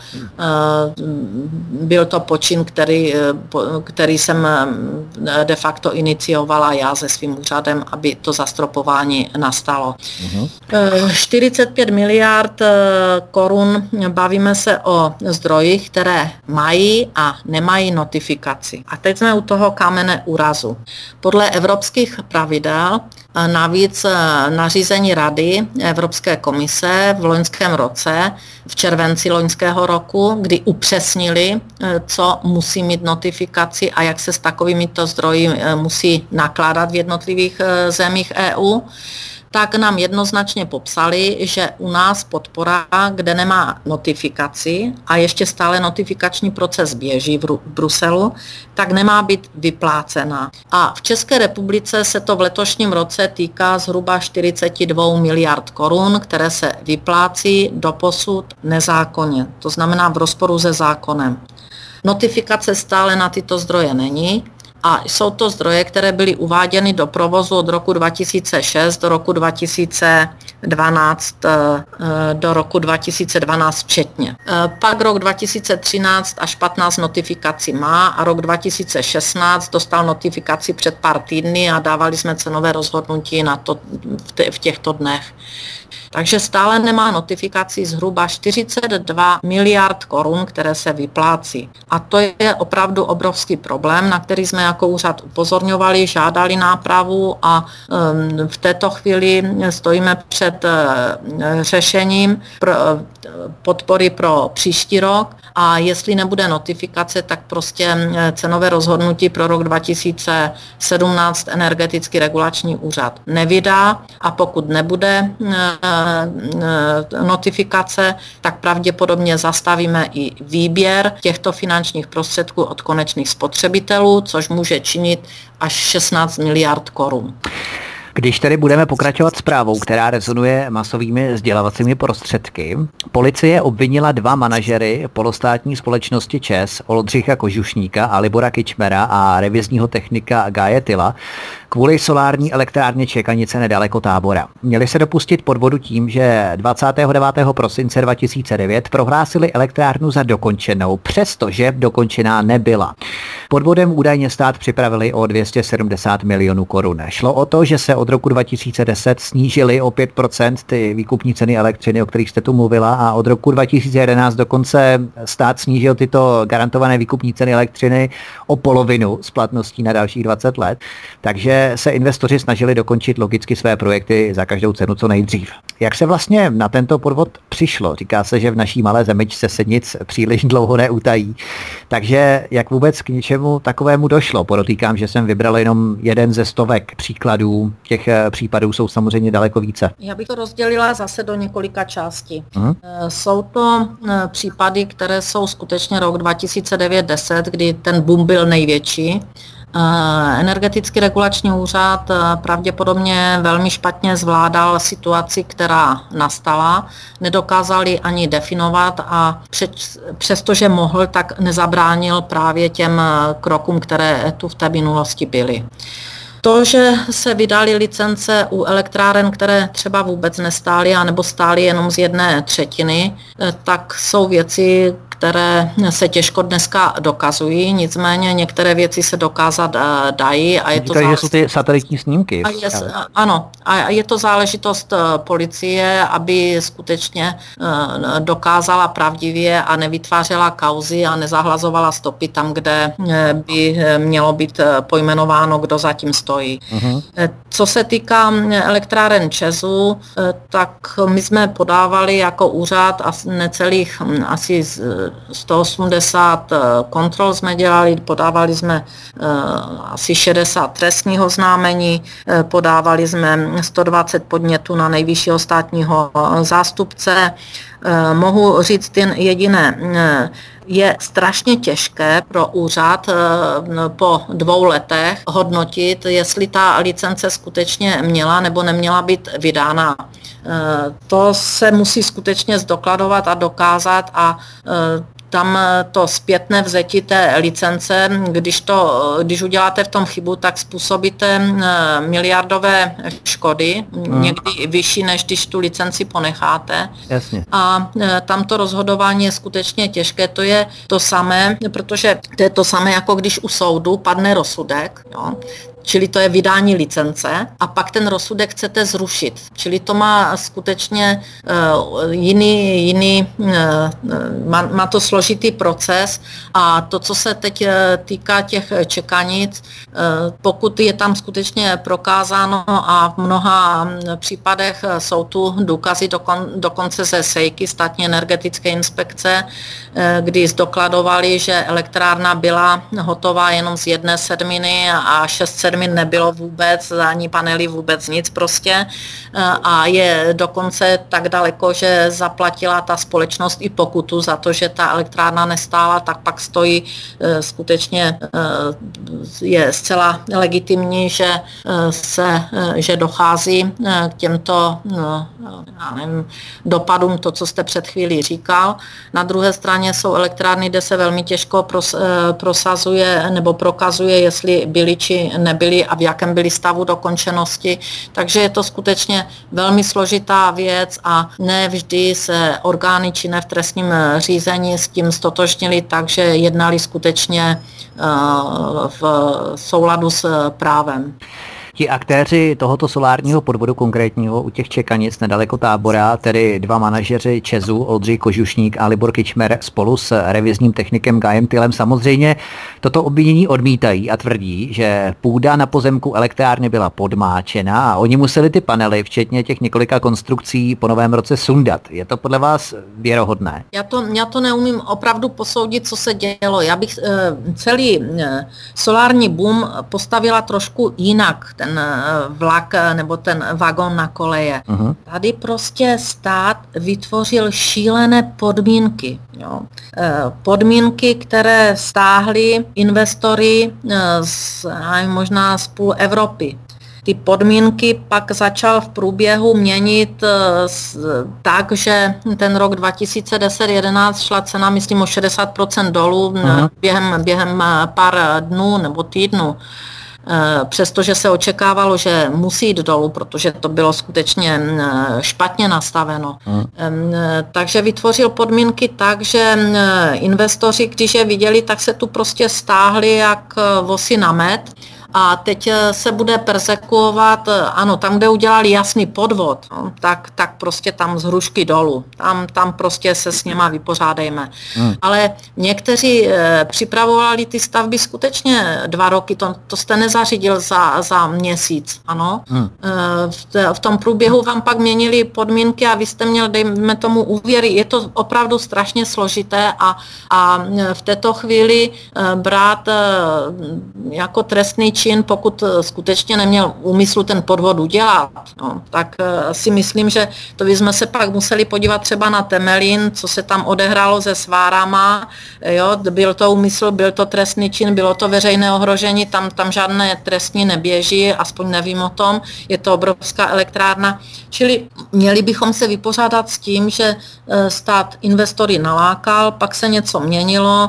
byl to počin, který, který jsem de facto iniciovala já se svým úřadem, aby to zastropování nastalo. Uh-huh. čtyřicet pět miliard korun, bavíme se o zdrojích, které mají a nemají notifikaci. A teď jsme u toho kamene úrazu. Podle evropských pravidel navíc nařízení Rady Evropské komise v loňském roce, v červenci loňského roku, kdy upřesnili, co musí mít notifikaci a jak se s takovýmito zdroji musí nakládat v jednotlivých zemích E U, tak nám jednoznačně popsali, že u nás podpora, kde nemá notifikaci a ještě stále notifikační proces běží v Bruselu, tak nemá být vyplácena. A v České republice se to v letošním roce týká zhruba čtyřicet dva miliard korun, které se vyplácí doposud nezákonně, to znamená v rozporu se zákonem. Notifikace stále na tyto zdroje není. A jsou to zdroje, které byly uváděny do provozu od roku dva tisíce šest do roku dva tisíce dvanáct, do roku dva tisíce dvanáct včetně. Pak rok dva tisíce třináct až patnáct notifikaci má a rok dva tisíce šestnáct dostal notifikaci před pár týdny a dávali jsme cenové rozhodnutí na to v těchto dnech. Takže stále nemá notifikaci zhruba čtyřicet dva miliard korun, které se vyplácí. A to je opravdu obrovský problém, na který jsme jako úřad upozorňovali, žádali nápravu a um, v této chvíli stojíme před uh, řešením pro, uh, podpory pro příští rok. A jestli nebude notifikace, tak prostě cenové rozhodnutí pro rok dva tisíce sedmnáct energetický regulační úřad nevydá a pokud nebude notifikace, tak pravděpodobně zastavíme i výběr těchto finančních prostředků od konečných spotřebitelů, což může činit až šestnáct miliard korun. Když tedy budeme pokračovat zprávou, která rezonuje masovými sdělovacími prostředky, policie obvinila dva manažery polostátní společnosti ČEZ, Oldřicha Kožušníka a Libora Kyčmera a revizního technika Gáje Tyla, kvůli solární elektrárně Čekanice nedaleko Tábora. Měli se dopustit podvodu tím, že dvacátého devátého prosince dva tisíce devět prohlásili elektrárnu za dokončenou, přestože dokončená nebyla. Podvodem údajně stát připravili o dvě stě sedmdesát milionů korun. Šlo o to, že se od roku dva tisíce deset snížily o pět procent ty výkupní ceny elektřiny, o kterých jste tu mluvila, a od roku dva tisíce jedenáct dokonce stát snížil tyto garantované výkupní ceny elektřiny o polovinu s platností na dalších dvacet let. Takže se investoři snažili dokončit logicky své projekty za každou cenu co nejdřív. Jak se vlastně na tento podvod přišlo? Říká se, že v naší malé zemičce se nic příliš dlouho neutají. Takže jak vůbec k něčemu něčemu takovému došlo? Podotýkám, že jsem vybral jenom jeden ze stovek příkladů. Těch případů jsou samozřejmě daleko více. Já bych to rozdělila zase do několika částí. Uh-huh. Jsou to případy, které jsou skutečně rok dva tisíce devět deset, kdy ten boom byl největší. Energetický regulační úřad pravděpodobně velmi špatně zvládal situaci, která nastala. Nedokázali ani definovat a přestože mohl, tak nezabránil právě těm krokům, které tu v té minulosti byly. To, že se vydaly licence u elektráren, které třeba vůbec nestály, anebo stály jenom z jedné třetiny, tak jsou věci, které se těžko dneska dokazují, nicméně některé věci se dokázat dají. A je to Říkají, že jsou ty satelitní snímky. A je, ano, a je to záležitost policie, aby skutečně dokázala pravdivě a nevytvářela kauzy a nezahlazovala stopy tam, kde by mělo být pojmenováno, kdo zatím stojí. Uh-huh. Co se týká elektráren ČEZu, tak my jsme podávali jako úřad asi necelých asi sto osmdesát kontrol jsme dělali, podávali jsme asi šedesát trestního oznámení, podávali jsme sto dvacet podnětů na nejvyššího státního zástupce. Mohu říct jen jediné, je strašně těžké pro úřad po dvou letech hodnotit, jestli ta licence skutečně měla nebo neměla být vydána. To se musí skutečně zdokladovat a dokázat a tam to zpětné vzetí té licence, když, to, když uděláte v tom chybu, tak způsobíte miliardové škody, hmm. někdy vyšší, než když tu licenci ponecháte. Jasně. A tam to rozhodování je skutečně těžké. To je to samé, protože to je to samé, jako když u soudu padne rozsudek, jo. Čili to je vydání licence a pak ten rozsudek chcete zrušit. Čili to má skutečně uh, jiný, jiný uh, má, má to složitý proces a to, co se teď týká těch čekanic, uh, pokud je tam skutečně prokázáno a v mnoha případech jsou tu důkazy dokon, dokonce ze SEIky, státní energetické inspekce, uh, kdy zdokladovali, že elektrárna byla hotová jenom z jedné sedminy a šest sedmin nebylo vůbec, ani panely, vůbec nic prostě a je dokonce tak daleko, že zaplatila ta společnost i pokutu za to, že ta elektrárna nestála, tak pak stojí skutečně, je zcela legitimní, že se, že dochází k těmto já nevím, dopadům, to, co jste před chvílí říkal. Na druhé straně jsou elektrárny, kde se velmi těžko prosazuje nebo prokazuje, jestli byly či nebyly a v jakém byli stavu dokončenosti. Takže je to skutečně velmi složitá věc a ne vždy se orgány činné v trestním řízení s tím stotožnili, takže jednali skutečně v souladu s právem. Ti aktéři tohoto solárního podvodu konkrétního u těch čekanic nedaleko Tábora, tedy dva manažeři ČEZu, Oldřich Kožušník a Libor Kičmer spolu s revizním technikem Guiem Tylem samozřejmě toto obvinění odmítají a tvrdí, že půda na pozemku elektrárny byla podmáčena a oni museli ty panely, včetně těch několika konstrukcí, po novém roce sundat. Je to podle vás věrohodné? Já to, já to neumím opravdu posoudit, co se dělo. Já bych celý solární boom postavila trošku jinak. Ten vlak nebo ten vagon na koleje. Uh-huh. Tady prostě stát vytvořil šílené podmínky. Jo. Podmínky, které stáhly investory z, možná z půl Evropy. Ty podmínky pak začal v průběhu měnit tak, že ten rok dva tisíce deset jedenáct šla cena, myslím, o šedesát procent dolů uh-huh. během, během pár dnů nebo týdnů. Přestože se očekávalo, že musí jít dolů, protože to bylo skutečně špatně nastaveno. Hmm. Takže vytvořil podmínky tak, že investoři, když je viděli, tak se tu prostě stáhli jak vosy na med a teď se bude perzekuovat, ano, tam, kde udělali jasný podvod, no, tak, tak prostě tam z hrušky dolů, tam, tam prostě se s něma vypořádejme. Hmm. Ale někteří e, připravovali ty stavby skutečně dva roky, to, to jste nezařídil za, za měsíc, ano. Hmm. E, v, t, v tom průběhu vám pak měnili podmínky a vy jste měl, dejme tomu, úvěry. Je to opravdu strašně složité a, a v této chvíli e, brát e, jako trestný čin, pokud skutečně neměl úmyslu ten podvod udělat, no, tak e, si myslím, že to bychom se pak museli podívat třeba na Temelín, co se tam odehrálo se svárama, jo, byl to úmysl, byl to trestný čin, bylo to veřejné ohrožení, tam, tam žádné trestní neběží, aspoň nevím o tom, je to obrovská elektrárna, čili měli bychom se vypořádat s tím, že stát investory nalákal, pak se něco měnilo,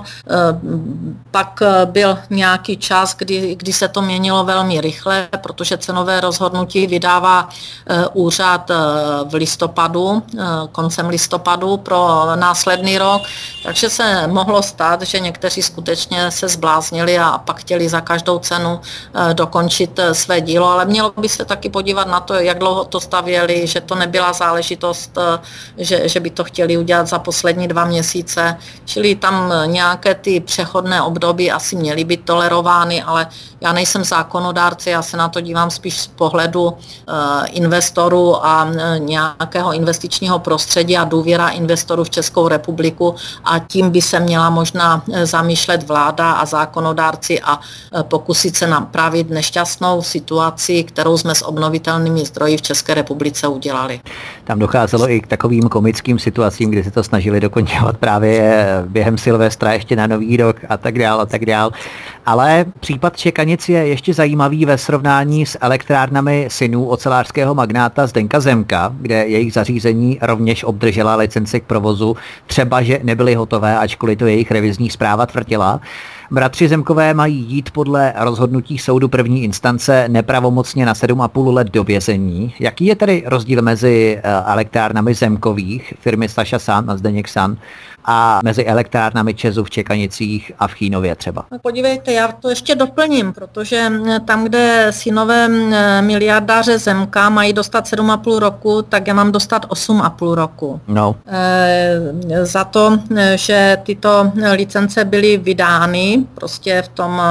pak byl nějaký čas, kdy, kdy se to měnilo velmi rychle, protože cenové rozhodnutí vydává úřad v listopadu, koncem listopadu pro následný rok, takže se mohlo stát, že někteří skutečně se zbláznili a pak chtěli za každou cenu dokončit své dílo, ale mělo by se taky podívat na to, jak dlouho to stavěli, že to nebyla záležitost, že, že by to chtěli udělat za poslední dva měsíce, čili tam nějaké ty přechodné období asi měly být tolerovány, ale já nejsem zákonodárce, já se na to dívám spíš z pohledu investorů a nějakého investičního prostředí a důvěra investorů v Českou republiku a tím by se měla možná zamýšlet vláda a zákonodárci a pokusit se napravit nešťastnou situaci, kterou jsme s obnovitelnými zdroji v České republice udělali. Tam docházelo i k takovým komickým situacím, kdy se to snažili dokončovat právě během Silvestra, ještě na Nový rok a tak dál a tak dál. Ale případ Čekanic je ještě zajímavý ve srovnání s elektrárnami synů ocelářského magnáta Zdeňka Zemka, kde jejich zařízení rovněž obdržela licenci k provozu, třeba že nebyly hotové, ačkoliv to jejich revizní zpráva tvrdila. Bratři Zemkové mají jít podle rozhodnutí soudu první instance nepravomocně na sedm a půl let do vězení. Jaký je tedy rozdíl mezi elektrárnami Zemkových, firmy Saša San a Zdeněk San, a mezi elektrárnami ČEZu v Čekanicích a v Chýnově třeba? Podívejte, já to ještě doplním, protože tam, kde synové miliardáře Zemka mají dostat sedm a půl roku, tak já mám dostat osm a půl roku. No. E, za to, že tyto licence byly vydány prostě v tom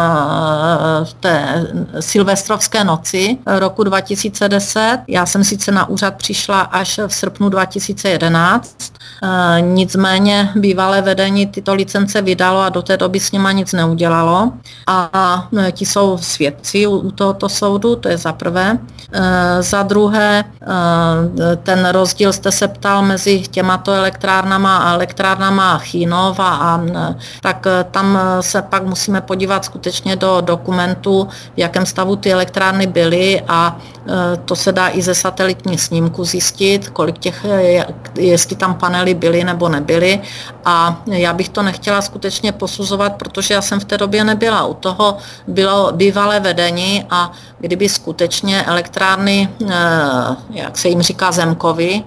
v té silvestrovské noci roku dva tisíce deset. Já jsem sice na úřad přišla až v srpnu dva tisíce jedenáct, e, nicméně bývalé vedení tyto licence vydalo a do té doby s nima nic neudělalo. A ti jsou svědci u tohoto soudu, to je za prvé. E, za druhé, e, ten rozdíl jste se ptal mezi těmato elektrárnama a elektrárnama Chýnov a, a tak tam se pak musíme podívat skutečně do dokumentů, v jakém stavu ty elektrárny byly a e, to se dá i ze satelitních snímků zjistit, kolik těch, jestli tam panely byly nebo nebyly. A já bych to nechtěla skutečně posuzovat, protože já jsem v té době nebyla. U toho bylo bývalé vedení a kdyby skutečně elektrárny, jak se jim říká Zemkovi,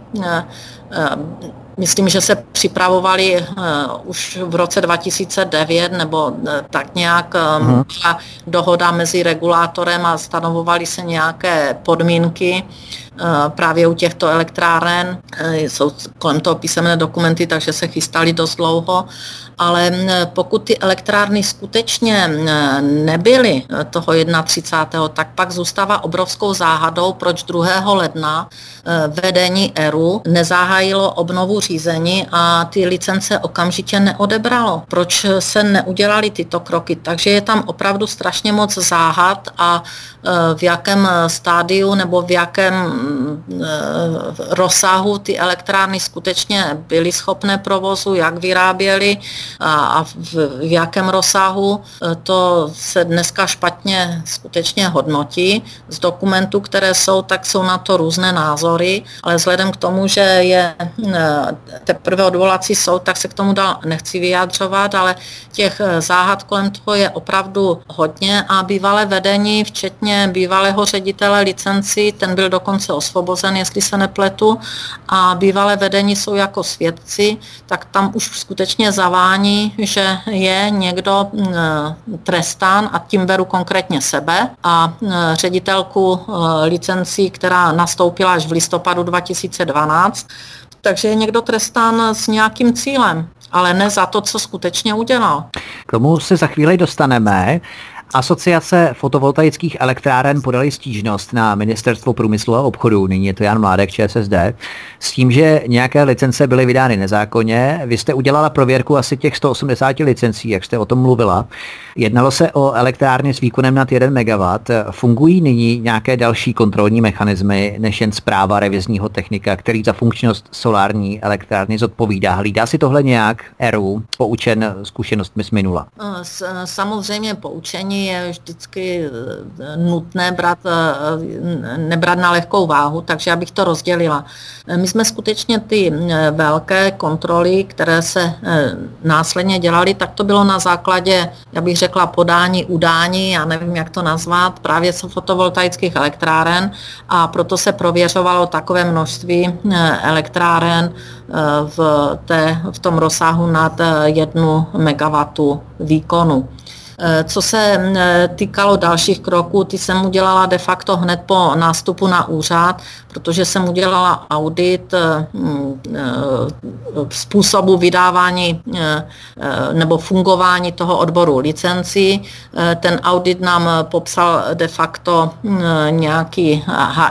myslím, že se připravovali uh, už v roce dva tisíce devět nebo uh, tak nějak um, uh-huh. dohoda mezi regulátorem a stanovovaly se nějaké podmínky uh, právě u těchto elektráren. Uh, jsou kolem toho písemné dokumenty, takže se chystali dost dlouho. Ale pokud ty elektrárny skutečně nebyly toho třicátého prvního tak pak zůstává obrovskou záhadou, proč druhého ledna vedení ERÚ nezahájilo obnovu řízení a ty licence okamžitě neodebralo. Proč se neudělaly tyto kroky? Takže je tam opravdu strašně moc záhad a v jakém stádiu nebo v jakém rozsahu ty elektrárny skutečně byly schopné provozu, jak vyráběly a v jakém rozsahu, to se dneska špatně skutečně hodnotí. Z dokumentů, které jsou, tak jsou na to různé názory, ale vzhledem k tomu, že je teprve odvolací soud, tak se k tomu dál nechci vyjádřovat, ale těch záhad kolem toho je opravdu hodně a bývalé vedení, včetně bývalého ředitele licenci, ten byl dokonce osvobozen, jestli se nepletu, a bývalé vedení jsou jako svědci, tak tam už skutečně zavání, že je někdo trestán, a tím beru konkrétně sebe a ředitelku licencí, která nastoupila až v listopadu dva tisíce dvanáct, takže je někdo trestán s nějakým cílem, ale ne za to, co skutečně udělal. K tomu se za chvíli dostaneme. Asociace fotovoltaických elektráren podali stížnost na Ministerstvo průmyslu a obchodu, nyní je to Jan Mládek, ČSSD, s tím, že nějaké licence byly vydány nezákonně. Vy jste udělala prověrku asi těch sto osmdesát licencí, jak jste o tom mluvila. Jednalo se o elektrárny s výkonem nad jeden megawatt. Fungují nyní nějaké další kontrolní mechanismy, než jen správa revizního technika, který za funkčnost solární elektrárny zodpovídá? Hlídá si tohle nějak E R U, poučen zkušenostmi z minula? Samozřejmě poučení je vždycky nutné brát, nebrat na lehkou váhu, takže já bych to rozdělila. My jsme skutečně ty velké kontroly, které se následně dělaly, tak to bylo na základě, já bych řekla, podání, udání, já nevím, jak to nazvat, právě z fotovoltaických elektráren, a proto se prověřovalo takové množství elektráren v, té, v tom rozsahu nad jednu megawattu výkonu. Co se týkalo dalších kroků, ty jsem udělala de facto hned po nástupu na úřad, protože jsem udělala audit způsobu vydávání nebo fungování toho odboru licencí. Ten audit nám popsal de facto nějaký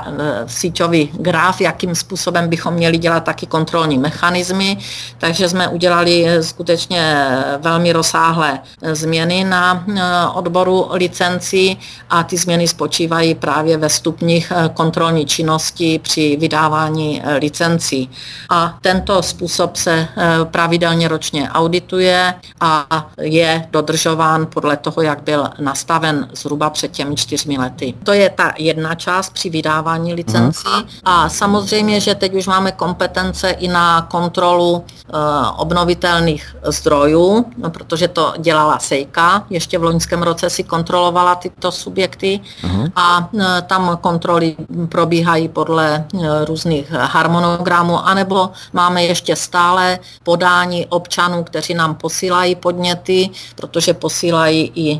síťový graf, jakým způsobem bychom měli dělat taky kontrolní mechanismy, takže jsme udělali skutečně velmi rozsáhlé změny na odboru licencí a ty změny spočívají právě ve stupních kontrolní činnosti při vydávání licencí. A tento způsob se pravidelně ročně audituje a je dodržován podle toho, jak byl nastaven zhruba před těmi čtyřmi lety. To je ta jedna část při vydávání licencí. Hmm. A samozřejmě, že teď už máme kompetence i na kontrolu obnovitelných zdrojů, no, protože to dělala Sejka, ještě v loňském roce si kontrolovala tyto subjekty. Uh-huh. A tam kontroly probíhají podle různých harmonogramů, anebo máme ještě stále podání občanů, kteří nám posílají podněty, protože posílají i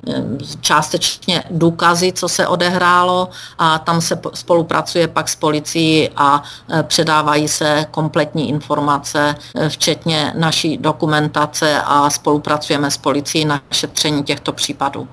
částečně důkazy, co se odehrálo, a tam se spolupracuje pak s policií a předávají se kompletní informace, včetně naší dokumentace, a spolupracujeme s policií na šetření těchto případů.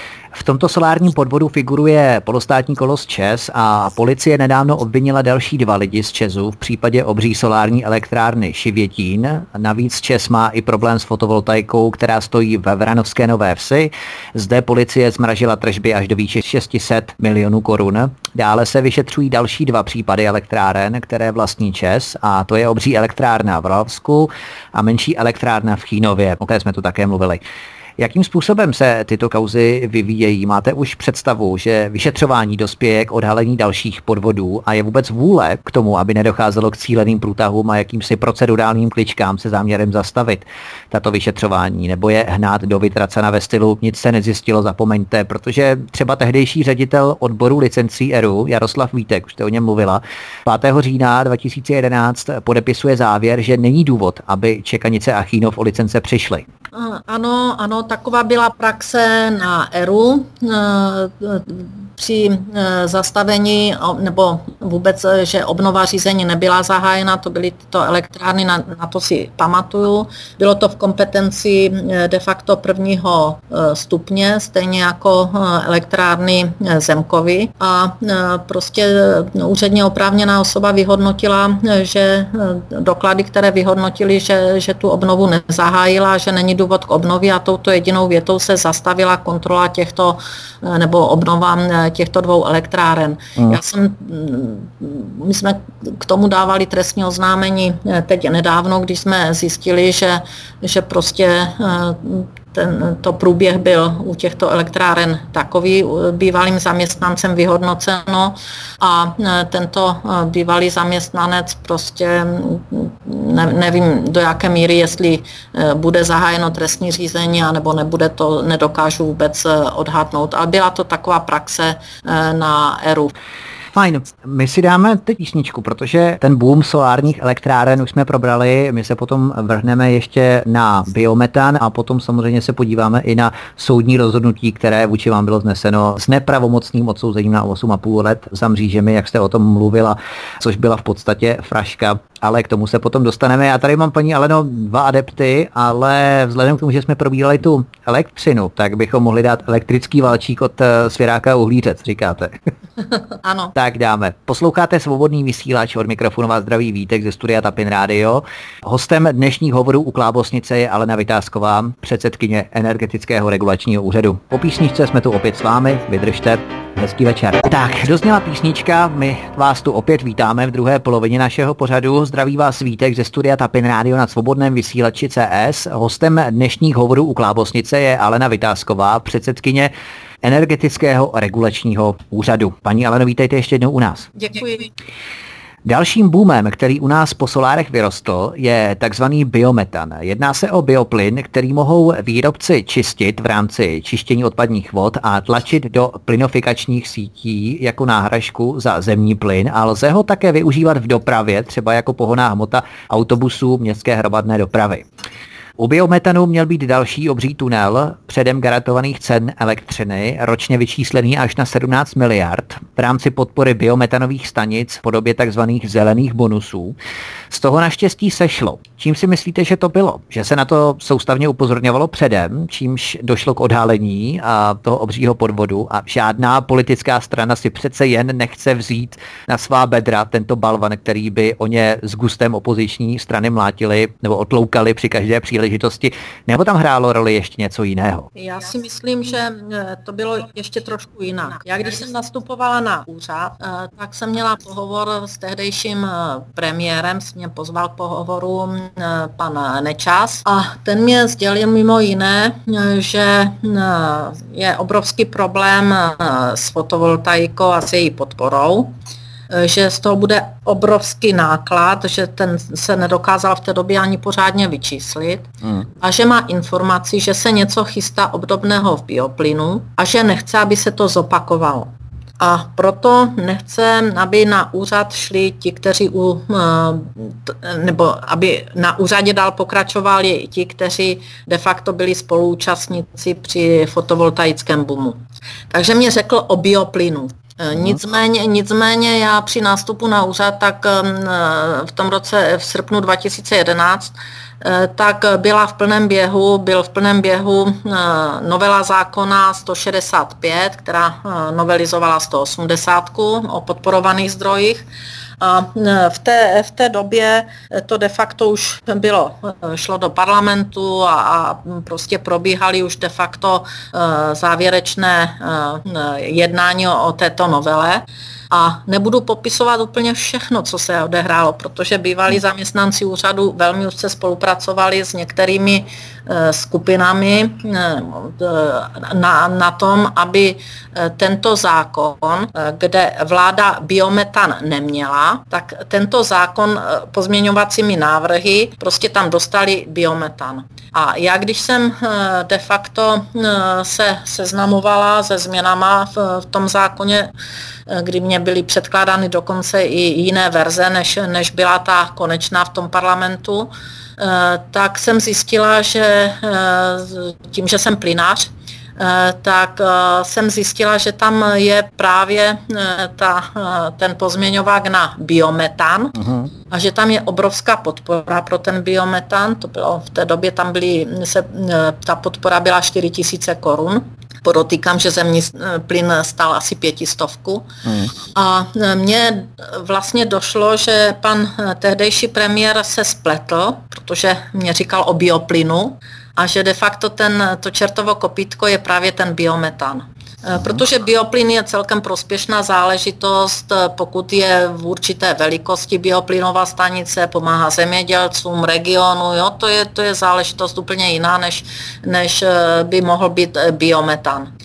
V tomto solárním podvodu figuruje polostátní kolos ČEZ a policie nedávno obvinila další dva lidi z ČEZu v případě obří solární elektrárny Šivětín. Navíc ČEZ má i problém s fotovoltaikou, která stojí ve Vranovské Nové Vsi. Zde policie zmražila tržby až do výše šest set milionů korun. Dále se vyšetřují další dva případy elektráren, které vlastní ČEZ, a to je obří elektrárna v Rohavsku a menší elektrárna v Chínově, o které jsme tu také mluvili. Jakým způsobem se tyto kauzy vyvíjejí? Máte už představu, že vyšetřování dospěje k odhalení dalších podvodů a je vůbec vůle k tomu, aby nedocházelo k cíleným průtahům a jakýmsi procedurálním kličkám se záměrem zastavit tato vyšetřování, nebo je hnát do vytracena ve stylu nic se nezjistilo, zapomeňte, protože třeba tehdejší ředitel odboru licencí E R U Jaroslav Vítek, už jste o něm mluvila, pátého října dva tisíce jedenáct podepisuje závěr, že není důvod, aby Čekanice a Chýnov o licence přišli. Ano, ano, taková byla praxe na E R U. Při zastavení nebo vůbec, že obnova řízení nebyla zahájena, to byly tyto elektrárny, na, na to si pamatuju. Bylo to v kompetenci de facto prvního stupně, stejně jako elektrárny Zemkovy, a prostě úředně oprávněná osoba vyhodnotila, že doklady, které vyhodnotili, že, že tu obnovu nezahájila, že není důvod k obnově, a touto jedinou větou se zastavila kontrola těchto nebo obnova těchto dvou elektráren. Mm. Já jsem, my jsme k tomu dávali trestní oznámení teď nedávno, když jsme zjistili, že, že prostě ten, to průběh byl u těchto elektráren takový, bývalým zaměstnancem vyhodnoceno, a tento bývalý zaměstnanec prostě ne, nevím do jaké míry, jestli bude zahájeno trestní řízení, anebo nebude, to nedokážu vůbec odhadnout, ale byla to taková praxe na E R U. Fajn, my si dáme teď písničku, protože ten boom solárních elektráren už jsme probrali, my se potom vrhneme ještě na biometan a potom samozřejmě se podíváme i na soudní rozhodnutí, které vůči vám bylo zneseno s nepravomocným odsouzením na osm a půl let za mřížemi, jak jste o tom mluvila, což byla v podstatě fraška, ale k tomu se potom dostaneme. Já tady mám, paní Aleno, dva adepty, ale vzhledem k tomu, že jsme probírali tu elektřinu, tak bychom mohli dát elektrický valčík od Svěráka Uhlířec, říkáte. Ano. Tak dáme. Posloucháte Svobodný vysílač, od mikrofonu vás zdraví Vítek ze studia Tapin Radio. Hostem dnešních hovorů u Klábosnice je Alena Vitásková, předsedkyně Energetického regulačního úřadu. Po písničce jsme tu opět s vámi, vydržte. Hezký večer. Tak, dozněla písnička, my vás tu opět vítáme v druhé polovině našeho pořadu. Zdraví vás Vítek ze studia Tapin Radio na Svobodném vysílači C S. Hostem dnešních hovorů u Klábosnice je Alena Vitásková, předsedkyně Energetického regulačního úřadu. Paní Aleno, vítejte ještě jednou u nás. Děkuji. Dalším boomem, který u nás po solárech vyrostl, je takzvaný biometan. Jedná se o bioplyn, který mohou výrobci čistit v rámci čištění odpadních vod a tlačit do plynofikačních sítí jako náhražku za zemní plyn a lze ho také využívat v dopravě, třeba jako pohonná hmota autobusů městské hromadné dopravy. U biometanu měl být další obří tunel předem garantovaných cen elektřiny, ročně vyčíslený až na sedmnáct miliard v rámci podpory biometanových stanic v podobě tzv. Zelených bonusů. Z toho naštěstí sešlo. Čím si myslíte, že to bylo? Že se na to soustavně upozorňovalo předem, čímž došlo k odhalení a toho obřího podvodu a žádná politická strana si přece jen nechce vzít na svá bedra tento balvan, který by o ně s gustem opoziční strany mlátili nebo otloukali při každé příležitosti, nebo tam hrálo roli ještě něco jiného? Já si myslím, že to bylo ještě trošku jinak. Já když jsem nastupovala na úřad, tak jsem měla pohovor s tehdejším premiérem, s mě pozval k pohovoru pan Nečas a ten mě sdělil mimo jiné, že je obrovský problém s fotovoltaikou a s její podporou, že z toho bude obrovský náklad, že ten se nedokázal v té době ani pořádně vyčíslit hmm. a že má informaci, že se něco chystá obdobného v bioplynu a že nechce, aby se to zopakovalo. A proto nechce, aby na úřad šli ti, kteří u, nebo aby na úřadě dál pokračovali i ti, kteří de facto byli spoluúčastníci při fotovoltaickém boomu. Takže mě řekl o bioplynu. Nicméně, nicméně já při nástupu na úřad, tak v tom roce, v srpnu dva tisíce jedenáct, tak byla v plném běhu, byl v plném běhu novela zákona sto šedesát pět, která novelizovala sto osmdesát o podporovaných zdrojích. A v té, v té době to de facto už bylo, šlo do parlamentu a, a prostě probíhaly už de facto závěrečné jednání o, o této novele. A nebudu popisovat úplně všechno, co se odehrálo, protože bývalí zaměstnanci úřadu velmi úzce spolupracovali s některými skupinami na, na tom, aby tento zákon, kde vláda biometan neměla, tak tento zákon pozměňovacími návrhy prostě tam dostali biometan. A já, když jsem de facto se seznamovala se změnama v, v tom zákoně, kdy mě byly předkládány dokonce i jiné verze, než, než byla ta konečná v tom parlamentu, tak jsem zjistila, že tím, že jsem plynář, tak jsem zjistila, že tam je právě ta, ten pozměňovák na biometan uh-huh. a že tam je obrovská podpora pro ten biometan. To bylo v té době, tam byly, se, ta podpora byla čtyři tisíce korun. Podotýkám, že zemní plyn stál asi pětistovku. Hmm. A mně vlastně došlo, že pan tehdejší premiér se spletl, protože mě říkal o bioplynu a že de facto ten, to čertovo kopítko je právě ten biometan. Protože bioplyn je celkem prospěšná záležitost, pokud je v určité velikosti bioplynová stanice, pomáhá zemědělcům, regionu, jo, to je, to je záležitost úplně jiná, než, než by mohl být biometan.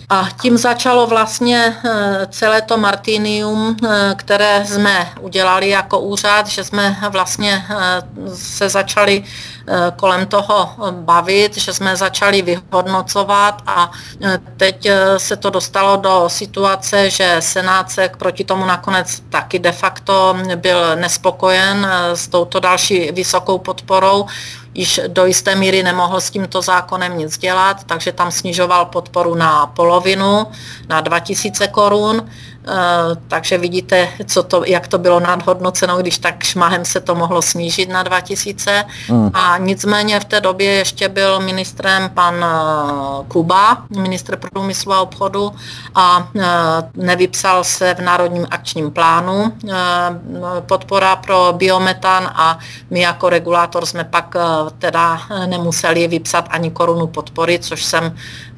A tím začalo vlastně celé to martyrium, které jsme udělali jako úřad, že jsme vlastně se začali kolem toho bavit, že jsme začali vyhodnocovat a teď se to dostalo do situace, že Senát se proti tomu nakonec taky de facto byl nespokojen s touto další vysokou podporou, již do jisté míry nemohl s tímto zákonem nic dělat, takže tam snižoval podporu na polovinu, na dva tisíce korun. Takže vidíte, co to, jak to bylo nadhodnoceno, když tak šmahem se to mohlo snížit na dva tisíce. Mm. A nicméně v té době ještě byl ministrem pan Kuba, ministr průmyslu a obchodu, a nevypsal se v Národním akčním plánu podpora pro biometan a my jako regulátor jsme pak teda nemuseli vypsat ani korunu podpory, což jsem,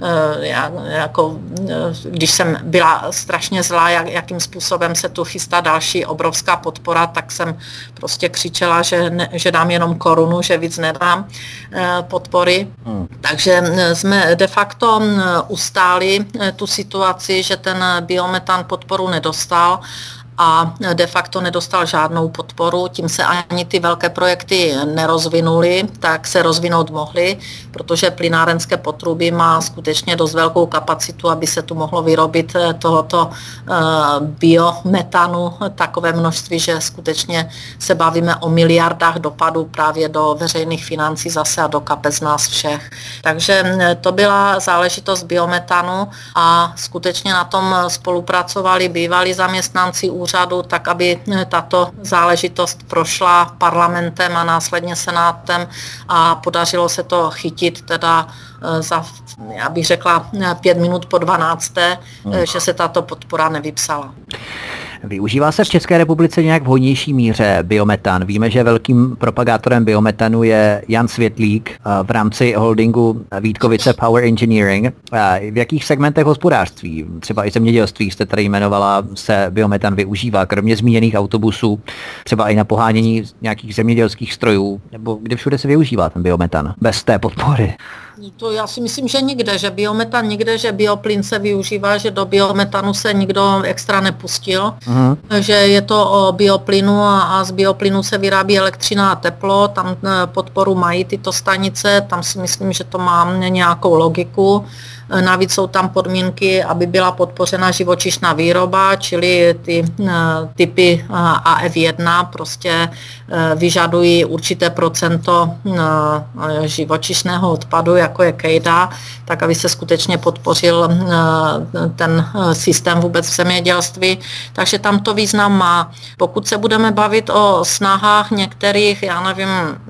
jako, když jsem byla strašně zlá, jak, jakým způsobem se tu chystá další obrovská podpora, tak jsem prostě křičela, že, ne, že dám jenom korunu, že víc nedám podpory. Hmm. Takže jsme de facto ustáli tu situaci, že ten biometan podporu nedostal a de facto nedostal žádnou podporu, tím se ani ty velké projekty nerozvinuly, tak se rozvinout mohly, protože plynárenské potrubí má skutečně dost velkou kapacitu, aby se tu mohlo vyrobit tohoto biometanu takové množství, že skutečně se bavíme o miliardách dopadů právě do veřejných financí zase a do kapes nás všech. Takže to byla záležitost biometanu a skutečně na tom spolupracovali bývalí zaměstnanci úřadu, tak aby tato záležitost prošla parlamentem a následně senátem a podařilo se to chytit teda za, já bych řekla, pět minut po dvanácté, hmm. že se tato podpora nevypsala. Využívá se v České republice nějak v hojnější míře biometan? Víme, že velkým propagátorem biometanu je Jan Světlík v rámci holdingu Vítkovice Power Engineering. V jakých segmentech hospodářství, třeba i zemědělství, jste tady jmenovala, se biometan využívá, kromě zmíněných autobusů, třeba i na pohánění nějakých zemědělských strojů, nebo kde všude se využívá ten biometan bez té podpory? To já si myslím, že nikde, že biometan nikde, že bioplyn se využívá, že do biometanu se nikdo extra nepustil, uh-huh. že je to o bioplynu a, a z bioplynu se vyrábí elektřina a teplo, tam podporu mají tyto stanice, tam si myslím, že to má nějakou logiku. Navíc jsou tam podmínky, aby byla podpořena živočišná výroba, čili ty typy A F jedna prostě vyžadují určité procento živočišného odpadu, jako je kejda, tak aby se skutečně podpořil ten systém vůbec v zemědělství. Takže tam to význam má. Pokud se budeme bavit o snahách některých, já nevím,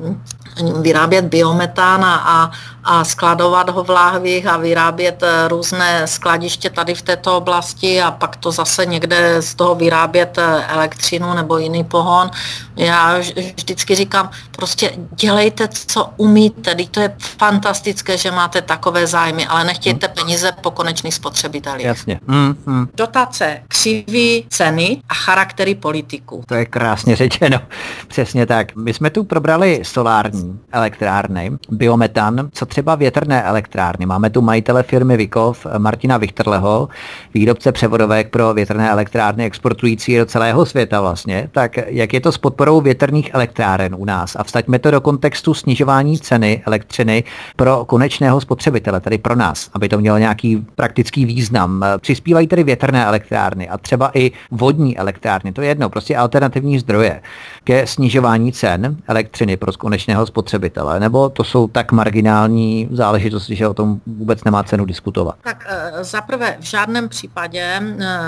vyrábět biometán a, a skladovat ho v láhvích a vyrábět různé skladiště tady v této oblasti a pak to zase někde z toho vyrábět elektřinu nebo jiný pohon. Já vždycky říkám, prostě dělejte, co umíte, to je fantastické, že máte takové zájmy, ale nechtějte peníze po konečných spotřebitelích. Jasně. Mm, mm. Dotace křiví ceny a charaktery politiků. To je krásně řečeno. Přesně tak. My jsme tu probrali solární elektrárny, biometan, co třeba větrné elektrárny. Máme tu majitele firmy Vikov, Martina Vichterleho, výrobce převodovek pro větrné elektrárny exportující do celého světa vlastně. Tak jak je to s podporou větrných elektráren u nás? A vstaďme to do kontextu snižování ceny elektřiny pro konečného spotřebitele, tedy pro nás, aby to mělo nějaký praktický význam. Přispívají tedy větrné elektrárny a třeba i vodní elektrárny, to je jedno, prostě alternativní zdroje ke snižování cen elektřiny pro konečného spotřebitele, nebo to jsou tak marginální záležitosti, že o tom vůbec nemá cenu diskutovat? Tak zaprvé v žádném případě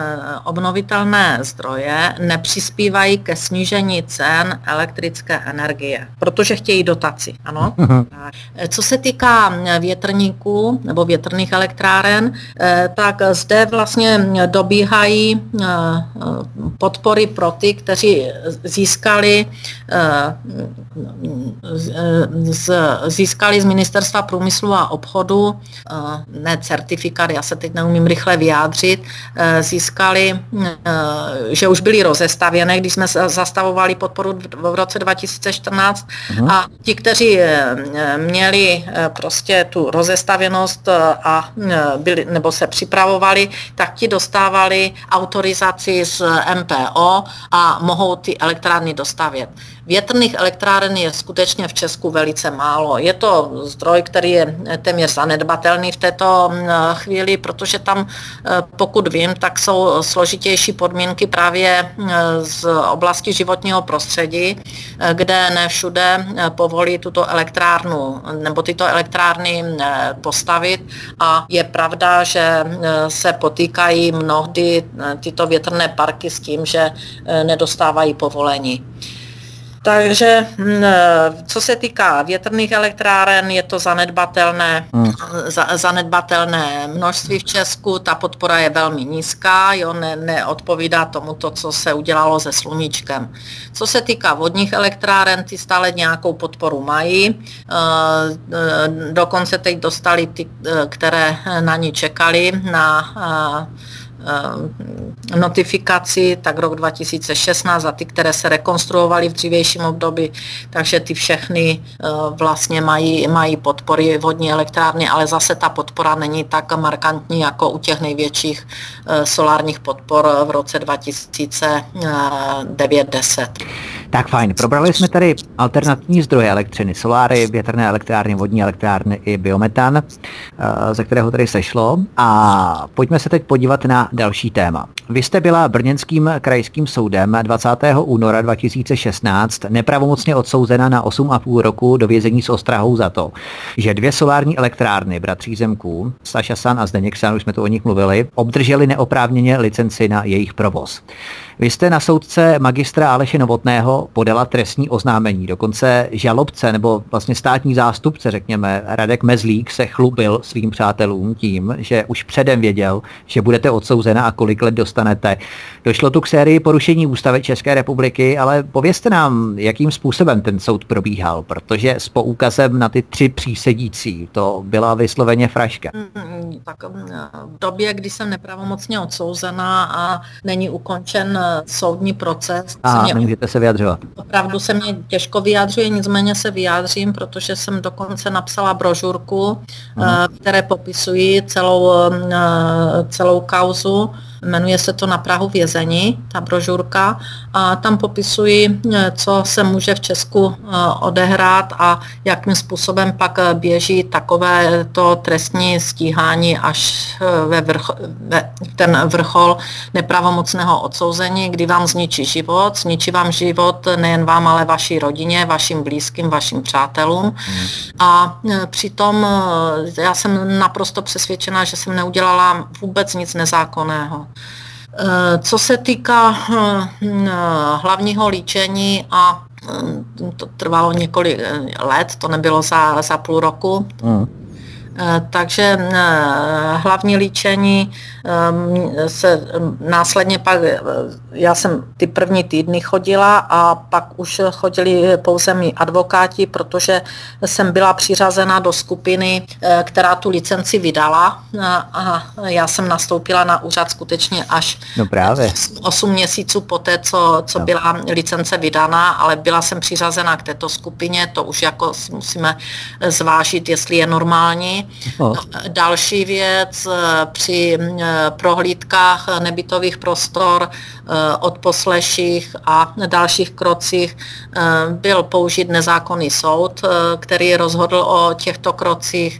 obnovitelné zdroje nepřispívají ke snížení cen elektrické energie, protože chtějí dotaci, ano. Co se týká větrníků nebo větrných elektráren, tak zde vlastně dobíhají podpory pro ty, kteří získali z, získali z Ministerstva průmyslu a obchodu, ne certifikát, já se teď neumím rychle vyjádřit, získali, že už byly rozestavěné, když jsme zastavovali podporu v roce dva tisíce čtrnáct uh-huh. a ti, kteří měli prostě tu rozestavěnost a byli, nebo se připravovali, tak ti dostávali autorizaci z M P O a mohou ty elektrárny dostavět. Větrných elektráren je skutečně v Česku velice málo. Je to zdroj, který je téměř zanedbatelný v této chvíli, protože tam, pokud vím, tak jsou složitější podmínky právě z oblasti životního prostředí, kde ne všude povolí tuto elektrárnu nebo tyto elektrárny postavit a je pravda, že se potýkají mnohdy tyto větrné parky s tím, že nedostávají povolení. Takže co se týká větrných elektráren, je to zanedbatelné, hmm. za, zanedbatelné množství v Česku, ta podpora je velmi nízká, jo, ne, neodpovídá tomu to, co se udělalo se sluníčkem. Co se týká vodních elektráren, ty stále nějakou podporu mají, dokonce teď dostali ty, které na ní čekali, na notifikaci, tak rok dva tisíce šestnáct a ty, které se rekonstruovaly v dřívějším období, takže ty všechny vlastně mají, mají podpory vodní elektrárny, ale zase ta podpora není tak markantní jako u těch největších solárních podpor v roce dva tisíce devět deset. Tak fajn, probrali jsme tady alternativní zdroje elektřiny, soláry, větrné elektrárny, vodní elektrárny i biometan, ze kterého tady sešlo. A pojďme se teď podívat na další téma. Vy jste byla brněnským krajským soudem dvacátého února dva tisíce šestnáct nepravomocně odsouzena na osm a půl roku do vězení s ostrahou za to, že dvě solární elektrárny bratří Zemků, Saša San a Zdeněk San, už jsme tu o nich mluvili, obdrželi neoprávněně licenci na jejich provoz. Vy jste na soudce magistra Aleše Novotného podala trestní oznámení. Dokonce žalobce nebo vlastně státní zástupce, řekněme, Radek Mezlík se chlubil svým přátelům tím, že už předem věděl, že budete odsouzena a kolik let dostanete. Došlo tu k sérii porušení ústavy České republiky, ale povězte nám, jakým způsobem ten soud probíhal, protože s poukazem na ty tři přísedící to byla vysloveně fraška. Hmm, tak v době, kdy jsem nepravomocně odsouzená a není ukončen soudní proces. A mě, nemůžete se vyjadřovat. Opravdu se mě těžko vyjadřuje, nicméně se vyjádřím, protože jsem dokonce napsala brožurku, Aha. které popisují celou, celou kauzu. Jmenuje se to Na prahu vězení, ta brožurka, a tam popisují, co se může v Česku odehrát a jakým způsobem pak běží takové to trestní stíhání až ve, vrcho, ve ten vrchol nepravomocného odsouzení, kdy vám zničí život, zničí vám život nejen vám, ale vaší rodině, vašim blízkým, vašim přátelům. Hmm. A přitom já jsem naprosto přesvědčená, že jsem neudělala vůbec nic nezákonného. Co se týká hlavního líčení, a to trvalo několik let, to nebylo za, za půl roku, mm. takže hlavní líčení se následně pak, já jsem ty první týdny chodila a pak už chodili pouze mý advokáti, protože jsem byla přiřazena do skupiny, která tu licenci vydala a já jsem nastoupila na úřad skutečně až no právě. osm měsíců poté, co, co no. byla licence vydaná, ale byla jsem přiřazena k této skupině, to už jako musíme zvážit, jestli je normální. No. Další věc, při prohlídkách nebytových prostor, odposleších a dalších krocích byl použit nezákonný soud, který rozhodl o těchto krocích.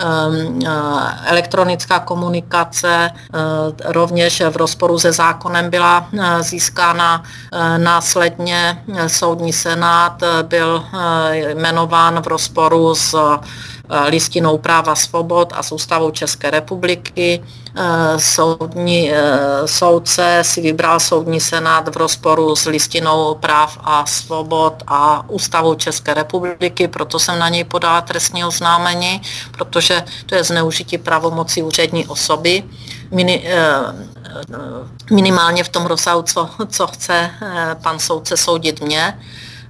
Elektronická komunikace rovněž v rozporu se zákonem byla získána. Následně soudní senát byl jmenován v rozporu s listinou práva svobod a s ústavou České republiky. Soudní, soudce si vybral soudní senát v rozporu s listinou práv a svobod a ústavou České republiky, proto jsem na něj podala trestní oznámení, protože to je zneužití pravomoci úřední osoby. Mini, minimálně v tom rozsahu, co, co chce pan soudce soudit mě.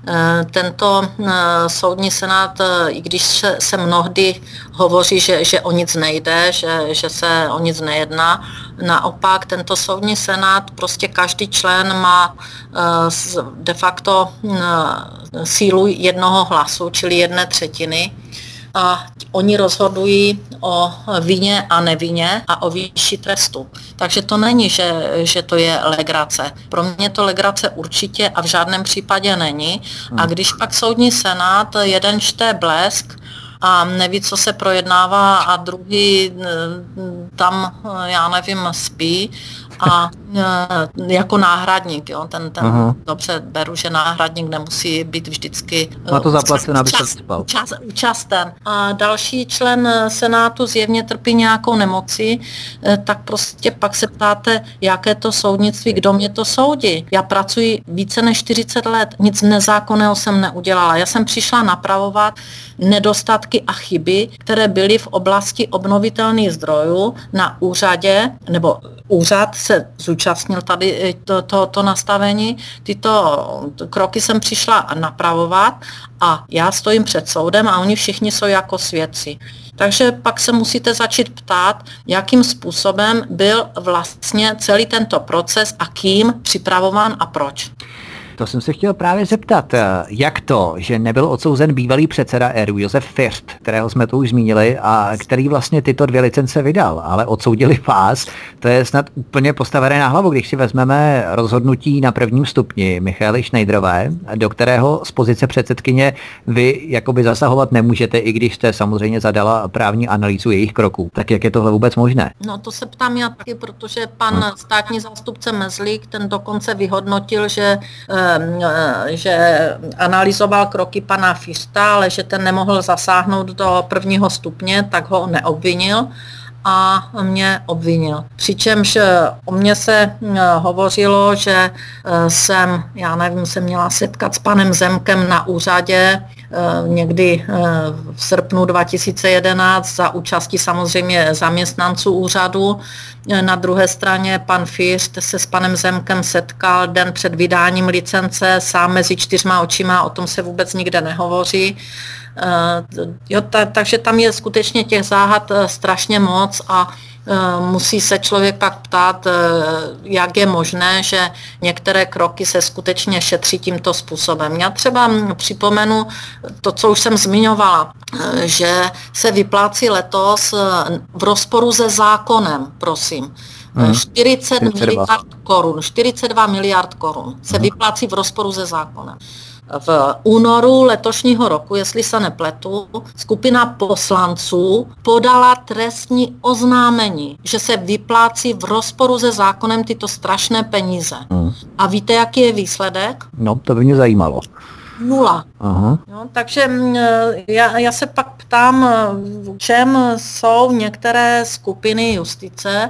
Tento soudní senát, i když se, se mnohdy hovoří, že, že o nic nejde, že, že se o nic nejedná, naopak tento soudní senát, prostě každý člen má de facto sílu jednoho hlasu, čili jedné třetiny. A oni rozhodují o vině a nevině a o výši trestu. Takže to není, že, že to je legrace. Pro mě to legrace určitě a v žádném případě není. A když pak soudní senát jeden čte Blesk a neví, co se projednává a druhý tam, já nevím, spí a jako náhradník, jo, ten, ten uh-huh. dobře beru, že náhradník nemusí být vždycky má to zaplacené, aby se spal. Účast, účasten. A další člen senátu zjevně trpí nějakou nemocí, tak prostě pak se ptáte, jaké to soudnictví, kdo mě to soudí. Já pracuji více než čtyřicet let, nic nezákonného jsem neudělala. Já jsem přišla napravovat nedostatky a chyby, které byly v oblasti obnovitelných zdrojů na úřadě, nebo úřad se zúčastnil tady to, to, to nastavení. Tyto kroky jsem přišla napravovat a já stojím před soudem a oni všichni jsou jako svědci. Takže pak se musíte začít ptát, jakým způsobem byl vlastně celý tento proces a kým připravován a proč. To jsem se chtěl právě zeptat, jak to, že nebyl odsouzen bývalý předseda ERÚ Josef Firt, kterého jsme tu už zmínili a který vlastně tyto dvě licence vydal, ale odsoudili vás. To je snad úplně postavené na hlavu, když si vezmeme rozhodnutí na prvním stupni Michaely Schneiderové, do kterého z pozice předsedkyně vy jakoby zasahovat nemůžete, i když jste samozřejmě zadala právní analýzu jejich kroků. Tak jak je tohle vůbec možné? No to se ptám já taky, protože pan hmm. státní zástupce Mezlík, ten dokonce vyhodnotil, že že analyzoval kroky pana Firta, ale že ten nemohl zasáhnout do prvního stupně, tak ho neobvinil a mě obvinil. Přičemž o mně se hovořilo, že jsem, já nevím, se měla setkat s panem Zemkem na úřadě někdy v srpnu dva tisíce jedenáct za účasti samozřejmě zaměstnanců úřadu. Na druhé straně pan Firt se s panem Zemkem setkal den před vydáním licence sám mezi čtyřma očima, o tom se vůbec nikde nehovoří. Uh, jo, ta, takže tam je skutečně těch záhad uh, strašně moc a uh, musí se člověk pak ptát, uh, jak je možné, že některé kroky se skutečně šetří tímto způsobem. Já třeba připomenu to, co už jsem zmiňovala, uh, že se vyplácí letos uh, v rozporu se zákonem, prosím. Hmm. čtyřicet miliard korun, čtyřicet dva miliard korun se hmm. vyplácí v rozporu se zákonem. V únoru letošního roku, jestli se nepletu, skupina poslanců podala trestní oznámení, že se vyplácí v rozporu se zákonem tyto strašné peníze. Hmm. A víte, jaký je výsledek? No, to by mě zajímalo. Nula. Aha. No, takže já, já se pak ptám, v čem jsou některé skupiny justice,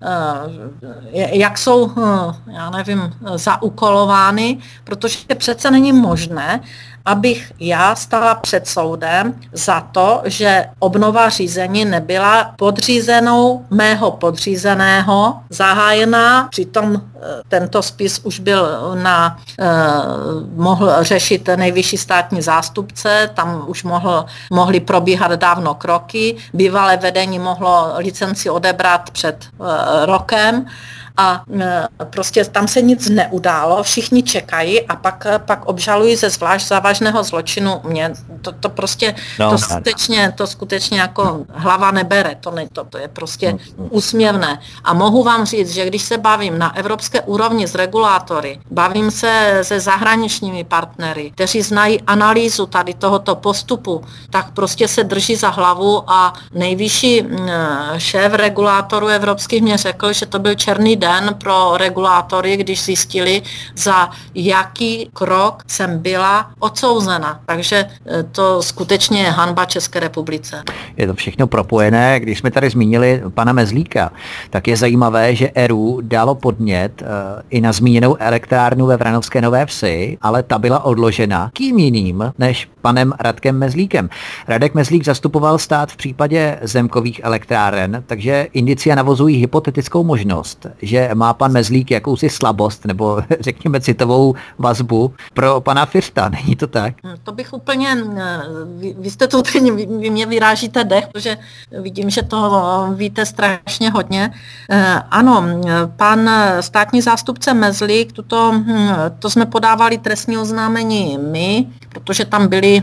jak jsou, já nevím, zaúkolovány, protože přece není možné, abych já stala před soudem za to, že obnova řízení nebyla podřízenou mého podřízeného zahájená, přitom tento spis už byl na, eh, mohl řešit nejvyšší státní zástupce, tam už mohl, mohly probíhat dávno kroky, bývalé vedení mohlo licenci odebrat před eh, rokem, a prostě tam se nic neudálo, všichni čekají a pak, pak obžalují ze zvlášť závažného zločinu mě. To, to prostě, no, to, skutečně, to skutečně jako hlava nebere, to, ne, to, to je prostě úsměvné. A mohu vám říct, že když se bavím na evropské úrovni s regulátory, bavím se se zahraničními partnery, kteří znají analýzu tady tohoto postupu, tak prostě se drží za hlavu a nejvyšší šéf regulátorů evropských mě řekl, že to byl černý den pro regulátory, když zjistili, za jaký krok jsem byla odsouzena. Takže to skutečně je hanba České republice. Je to všechno propojené. Když jsme tady zmínili pana Mezlíka, tak je zajímavé, že ERÚ dalo podnět uh, i na zmíněnou elektrárnu ve Vranovské Nové Vsi, ale ta byla odložena kým jiným než panem Radkem Mezlíkem. Radek Mezlík zastupoval stát v případě zemkových elektráren, takže indicia navozují hypotetickou možnost, že že má pan Mezlík jakousi slabost nebo řekněme citovou vazbu pro pana Fiřta, není to tak? To bych úplně, vy, vy jste to úplně, vy mě vyrážíte dech, protože vidím, že to víte strašně hodně. Ano, pan státní zástupce Mezlík, tuto, to jsme podávali trestní oznámení my, protože tam byly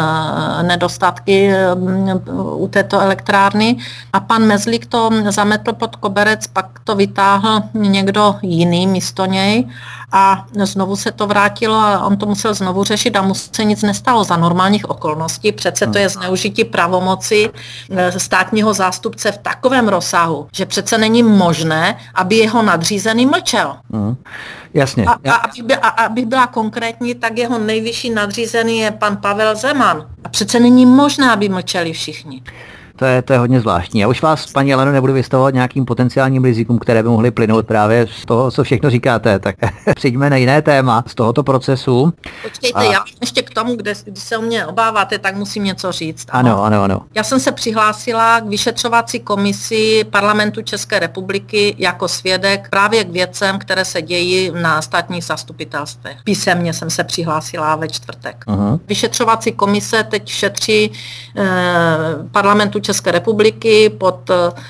nedostatky u této elektrárny a pan Mezlík to zametl pod koberec, pak to vytáhl někdo jiný místo něj a znovu se to vrátilo a on to musel znovu řešit a mu se nic nestalo za normálních okolností. Přece to je zneužití pravomoci státního zástupce v takovém rozsahu, že přece není možné, aby jeho nadřízený mlčel. Mm, jasně. A, a, aby by, a abych byla konkrétní, tak jeho nejvyšší nadřízený je pan Pavel Zeman. A přece není možné, aby mlčeli všichni. To je, to je hodně zvláštní. Já už vás, paní Aleno, nebudu vystavovat nějakým potenciálním rizikům, které by mohly plynout právě z toho, co všechno říkáte. Tak přijďme na jiné téma z tohoto procesu. Počkejte, a... já ještě k tomu, kde, když se o mě obáváte, tak musím něco říct. Ano, ano, ano. Já jsem se přihlásila k vyšetřovací komisi Parlamentu České republiky jako svědek právě k věcem, které se dějí na státních zastupitelstvech. Písemně jsem se přihlásila ve čtvrtek. Uh-huh. Vyšetřovací komise teď šetří eh, Parlamentu České republiky pod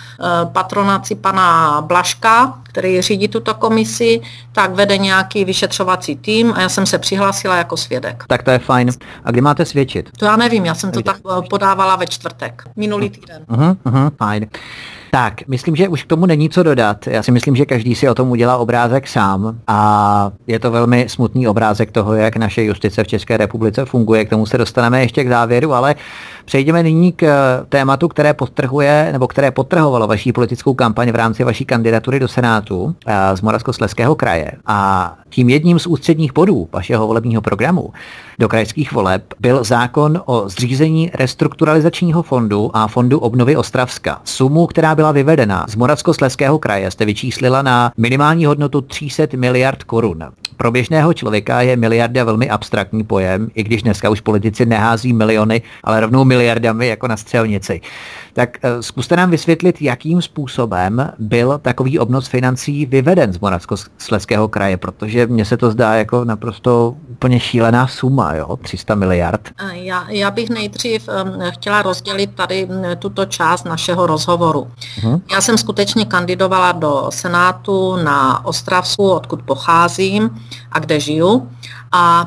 patronací pana Blažka, který řídí tuto komisi, tak vede nějaký vyšetřovací tým a já jsem se přihlásila jako svědek. Tak to je fajn. A kdy máte svědčit? To já nevím, já jsem to tak podávala ve čtvrtek, minulý týden. Uh-huh, uh-huh, fajn. Tak, myslím, že už k tomu není co dodat. Já si myslím, že každý si o tom udělá obrázek sám a je to velmi smutný obrázek toho, jak naše justice v České republice funguje. K tomu se dostaneme ještě k závěru, ale přejdeme nyní k tématu, které podtrhuje, nebo které podtrhovalo vaší politickou kampaň v rámci vaší kandidatury do Senátu z Moravskoslezského kraje. A tím jedním z ústředních bodů vašeho volebního programu do krajských voleb byl zákon o zřízení restrukturalizačního fondu a fondu obnovy Ostravska. Sumu, která byla vyvedena z Moravskoslezského kraje, jste vyčíslila na minimální hodnotu tři sta miliard korun. Pro běžného člověka je miliarda velmi abstraktní pojem, i když dneska už politici nehází miliony, ale rovnou miliardami jako na střelnici. Tak zkuste nám vysvětlit, jakým způsobem byl takový obnos financí vyveden z Moravskoslezského kraje, protože mně se to zdá jako naprosto úplně šílená suma, jo, tři sta miliard. Já, já bych nejdřív um, chtěla rozdělit tady tuto část našeho rozhovoru. Uh-huh. Já jsem skutečně kandidovala do Senátu na Ostravsku, odkud pocházím a kde žiju. A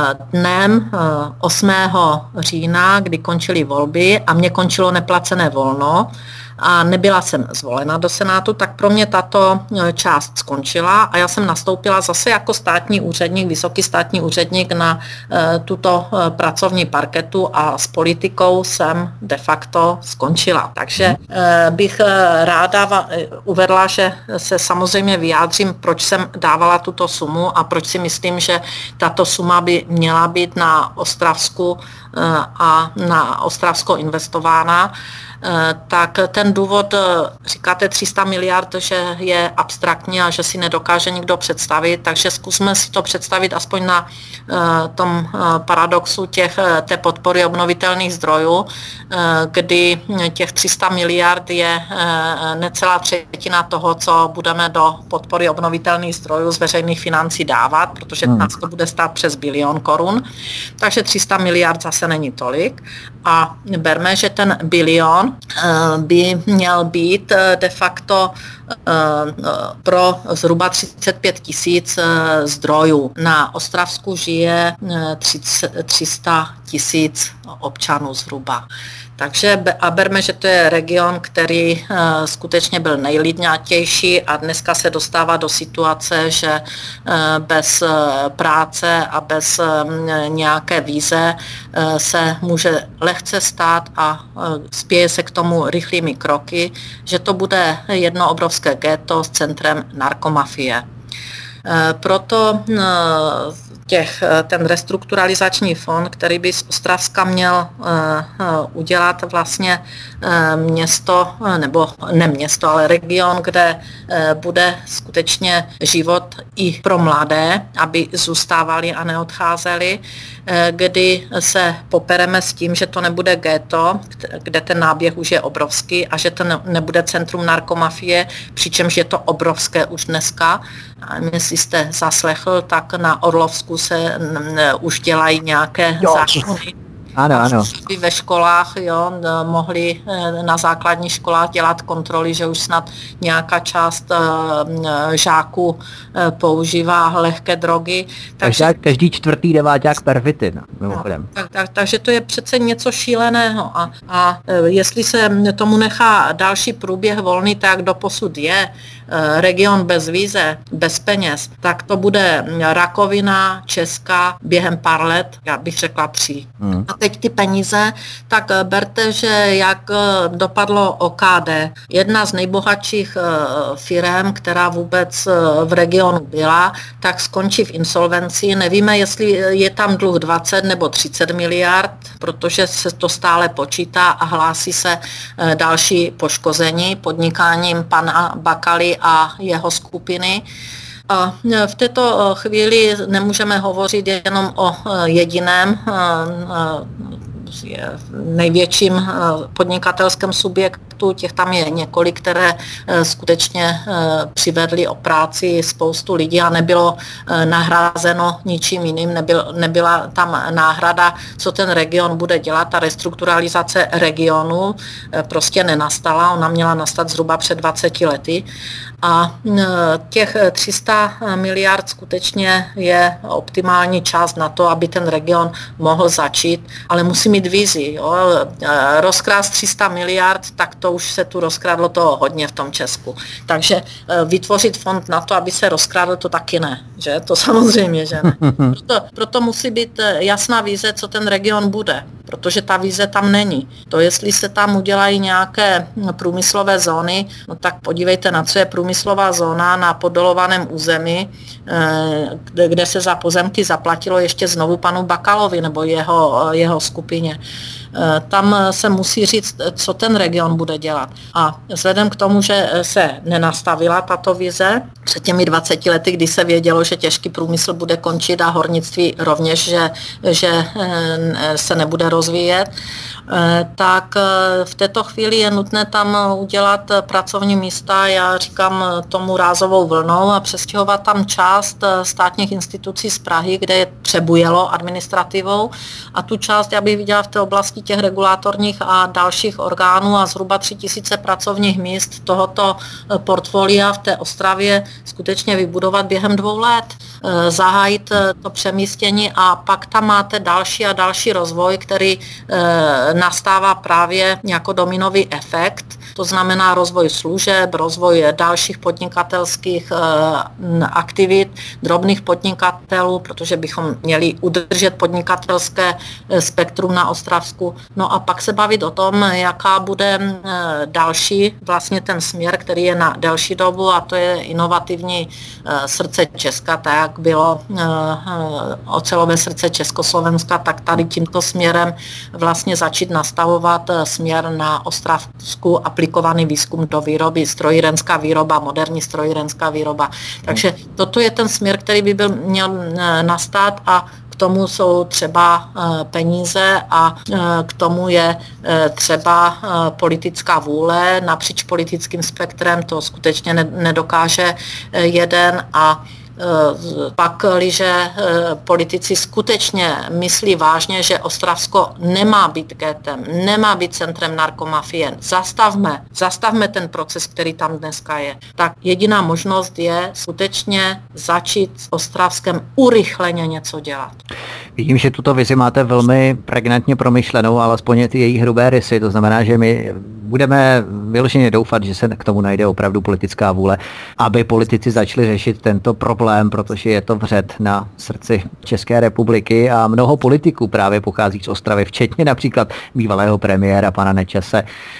dnem osmého října, kdy končily volby a mě končilo neplacené volno a nebyla jsem zvolena do Senátu, tak pro mě tato část skončila a já jsem nastoupila zase jako státní úředník, vysoký státní úředník na tuto pracovní parketu a s politikou jsem de facto skončila. Takže bych ráda uvedla, že se samozřejmě vyjádřím, proč jsem dávala tuto sumu a proč si myslím, že tato suma by měla být na Ostravsku a na Ostravsko investována. Tak ten důvod, říkáte tři sta miliard, že je abstraktní a že si nedokáže nikdo představit, takže zkusme si to představit aspoň na tom paradoxu těch, té podpory obnovitelných zdrojů, kdy těch tři sta miliard je necelá třetina toho, co budeme do podpory obnovitelných zdrojů z veřejných financí dávat, protože hmm. nás to bude stát přes bilion korun, takže tři sta miliard zase není tolik a berme, že ten bilion by měl být de facto pro zhruba třicet pět tisíc zdrojů. Na Ostravsku žije tři sta tisíc občanů zhruba. Takže a berme, že to je region, který uh, skutečně byl nejlidňátější a dneska se dostává do situace, že uh, bez uh, práce a bez uh, nějaké víze uh, se může lehce stát a uh, spěje se k tomu rychlými kroky, že to bude jedno obrovské ghetto s centrem narkomafie. Uh, proto uh, těch, ten restrukturalizační fond, který by z Ostravska měl udělat vlastně město, nebo ne město, ale region, kde bude skutečně život i pro mladé, aby zůstávali a neodcházeli, kdy se popereme s tím, že to nebude ghetto, kde ten náběh už je obrovský a že to nebude centrum narkomafie, přičemž je to obrovské už dneska. A jestli jste zaslechl, tak na Orlovsku se už dělají nějaké zákony. Ano, ano. By ve školách jo, mohli na základních školách dělat kontroly, že už snad nějaká část žáků používá lehké drogy. Takže každý, každý čtvrtý deváťák pervitin, mimochodem. No, tak, tak, takže to je přece něco šíleného a, a jestli se tomu nechá další průběh volný, tak doposud je region bez víze, bez peněz, tak to bude rakovina česká během pár let, já bych řekla tři. Hmm. A teď ty peníze, tak berte, že jak dopadlo O K D, jedna z nejbohatších firem, která vůbec v regionu byla, tak skončí v insolvenci. Nevíme, jestli je tam dluh dvacet nebo třicet miliard, protože se to stále počítá a hlásí se další poškození podnikáním pana Bakaly a jeho skupiny. A v této chvíli nemůžeme hovořit jenom o jediném největším podnikatelském subjektu, těch tam je několik, které skutečně přivedly o práci spoustu lidí a nebylo nahrázeno ničím jiným, nebyl, nebyla tam náhrada, co ten region bude dělat. Ta restrukturalizace regionu prostě nenastala, ona měla nastat zhruba před dvaceti lety. A těch tři sta miliard skutečně je optimální čas na to, aby ten region mohl začít, ale musí mít vizi. Jo. Rozkrást tři sta miliard, tak to už se tu rozkrádlo toho hodně v tom Česku. Takže vytvořit fond na to, aby se rozkrádl, to taky ne. Že? To samozřejmě, že ne. Proto, proto musí být jasná vize, co ten region bude, protože ta vize tam není. To, jestli se tam udělají nějaké průmyslové zóny, no tak podívejte, na co je průmyslová zóna na podolovaném území, kde, kde se za pozemky zaplatilo ještě znovu panu Bakalovi nebo jeho, jeho skupině. Tam se musí říct, co ten region bude dělat. A vzhledem k tomu, že se nenastavila tato vize před těmi dvaceti lety, kdy se vědělo, že těžký průmysl bude končit a hornictví rovněž, že, že se nebude rozvíjet, tak v této chvíli je nutné tam udělat pracovní místa, já říkám tomu rázovou vlnou, a přestěhovat tam část státních institucí z Prahy, kde je přebujelo administrativou, a tu část já bych viděla v té oblasti těch regulatorních a dalších orgánů a zhruba tři tisíce pracovních míst tohoto portfolia v té Ostravě skutečně vybudovat během dvou let, zahájit to přemístění a pak tam máte další a další rozvoj, který nastává právě jako dominový efekt, to znamená rozvoj služeb, rozvoj dalších podnikatelských aktivit, drobných podnikatelů, protože bychom měli udržet podnikatelské spektrum na Ostravsku. No a pak se bavit o tom, jaká bude další vlastně ten směr, který je na delší dobu, a to je inovativní srdce Česka, tak jak bylo ocelové srdce Československa, tak tady tímto směrem vlastně začít nastavovat směr na Ostravsku aplikovaný výzkum do výroby, strojírenská výroba, moderní strojírenská výroba. Takže toto je ten směr, který by byl, měl nastat, a k tomu jsou třeba peníze a k tomu je třeba politická vůle napříč politickým spektrem, to skutečně nedokáže jeden. A pak, když politici skutečně myslí vážně, že Ostravsko nemá být ghettem, nemá být centrem narkomafie, zastavme, zastavme ten proces, který tam dneska je, tak jediná možnost je skutečně začít s Ostravskem urychleně něco dělat. Vidím, že tuto vizi máte velmi pregnantně promyšlenou, alespoň ty její hrubé rysy, to znamená, že my budeme vyloženě doufat, že se k tomu najde opravdu politická vůle, aby politici začali řešit tento problém, protože je to vřed na srdci České republiky a mnoho politiků právě pochází z Ostravy, včetně například bývalého premiéra pana Nečase.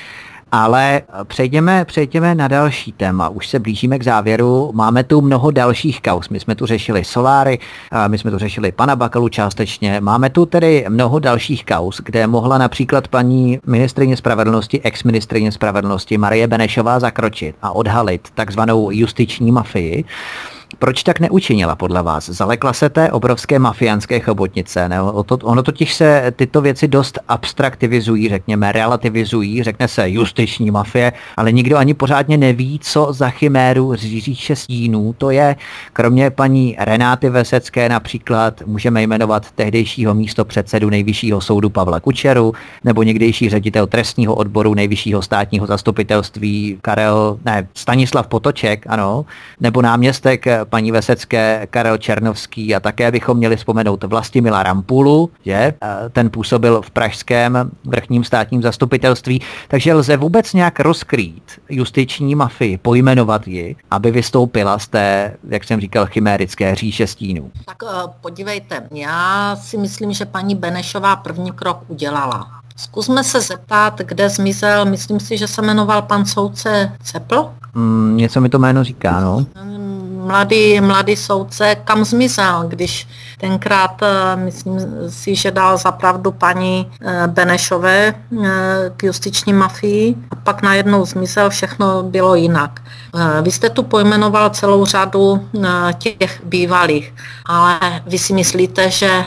Ale přejdeme, přejdeme na další téma. Už se blížíme k závěru. Máme tu mnoho dalších kauz. My jsme tu řešili soláry, my jsme tu řešili pana Bakalu částečně. Máme tu tedy mnoho dalších kauz, kde mohla například paní ministryně spravedlnosti, ex-ministryně spravedlnosti Marie Benešová zakročit a odhalit takzvanou justiční mafii. Proč tak neučinila podle vás? Zalekla se té obrovské mafiánské chobotnice. Ne? Ono totiž se tyto věci dost abstraktivizují, řekněme, relativizují, řekne se justiční mafie, ale nikdo ani pořádně neví, co za chiméru říše stínů. To je, kromě paní Renáty Vesecké například, můžeme jmenovat tehdejšího místopředsedu Nejvyššího soudu Pavla Kučeru, nebo někdejší ředitel trestního odboru Nejvyššího státního zastupitelství Karel, ne, Stanislav Potoček, ano, nebo náměstek paní Vesecké Karel Černovský a také bychom měli vzpomenout Vlastimila Rampulu, že ten působil v pražském vrchním státním zastupitelství, takže lze vůbec nějak rozkrýt justiční mafii, pojmenovat ji, aby vystoupila z té, jak jsem říkal, chimérické říše stínů. Tak podívejte, já si myslím, že paní Benešová první krok udělala. Zkusme se zeptat, kde zmizel, myslím si, že se jmenoval pan soudce Cepl. Mm, něco mi to jméno říká, no. Mladý, mladý soudce, kam zmizel, když tenkrát, myslím si, že dal za pravdu paní Benešové k justiční mafii a pak najednou zmizel, všechno bylo jinak. Vy jste tu pojmenoval celou řadu těch bývalých, ale vy si myslíte, že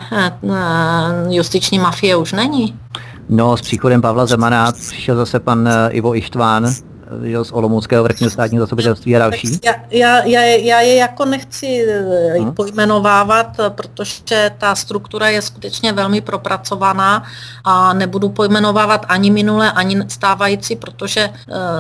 justiční mafie už není? No, s příchodem Pavla Zemana přišel zase pan Ivo Ištván z Olomouckého vrchního státního zastupitelství a další. Já, já, já, já je jako nechci hmm. pojmenovávat, protože ta struktura je skutečně velmi propracovaná a nebudu pojmenovávat ani minulé, ani stávající, protože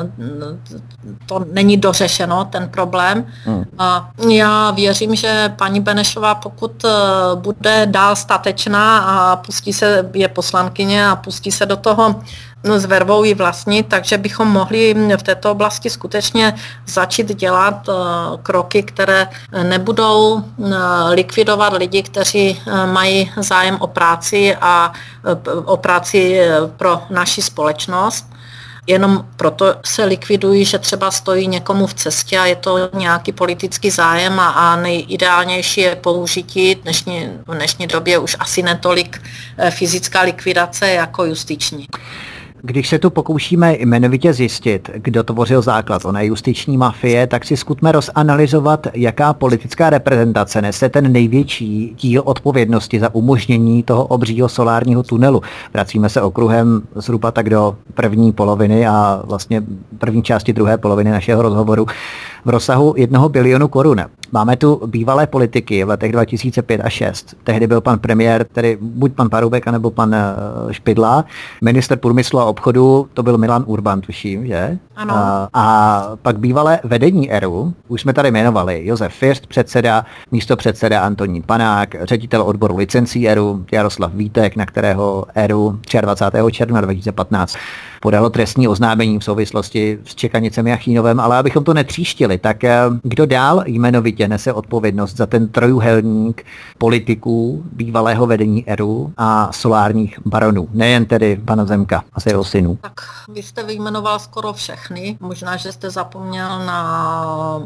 to není dořešeno, ten problém. Hmm. A já věřím, že paní Benešová, pokud bude dál statečná a pustí se, je poslankyně a pustí se do toho s vervou i vlastní, takže bychom mohli v této oblasti skutečně začít dělat kroky, které nebudou likvidovat lidi, kteří mají zájem o práci a o práci pro naši společnost. Jenom proto se likvidují, že třeba stojí někomu v cestě a je to nějaký politický zájem a, a nejideálnější je použití v dnešní, v dnešní době už asi netolik fyzická likvidace jako justiční. Když se tu pokoušíme jmenovitě zjistit, kdo tvořil základ oné justiční mafie, tak si zkusme rozanalyzovat, jaká politická reprezentace nese ten největší díl odpovědnosti za umožnění toho obřího solárního tunelu. Vracíme se okruhem zhruba tak do první poloviny a vlastně první části druhé poloviny našeho rozhovoru v rozsahu jednoho bilionu korun. Máme tu bývalé politiky v letech dva tisíce pět a šest. Tehdy byl pan premiér, tedy buď pan Paroubek, anebo pan Špidla. Ministr průmyslu a obchodu, to byl Milan Urban, tuším, že? Ano. A, a pak bývalé vedení ERÚ, už jsme tady jmenovali, Josef First, předseda, místopředseda Antonín Panák, ředitel odboru licencí ERÚ, Jaroslav Vítek, na kterého ERÚ dvacátého třetího června dva tisíce patnáct podalo trestní oznámení v souvislosti s Čekanicemi a Chínovem, ale abychom to netříštili, tak kdo dál jmenovitě nese odpovědnost za ten trojúhelník politiků, bývalého vedení ERÚ a solárních baronů, nejen tedy pana Zemka a se jeho synů? Tak vy jste vyjmenoval skoro všechny, možná, že jste zapomněl na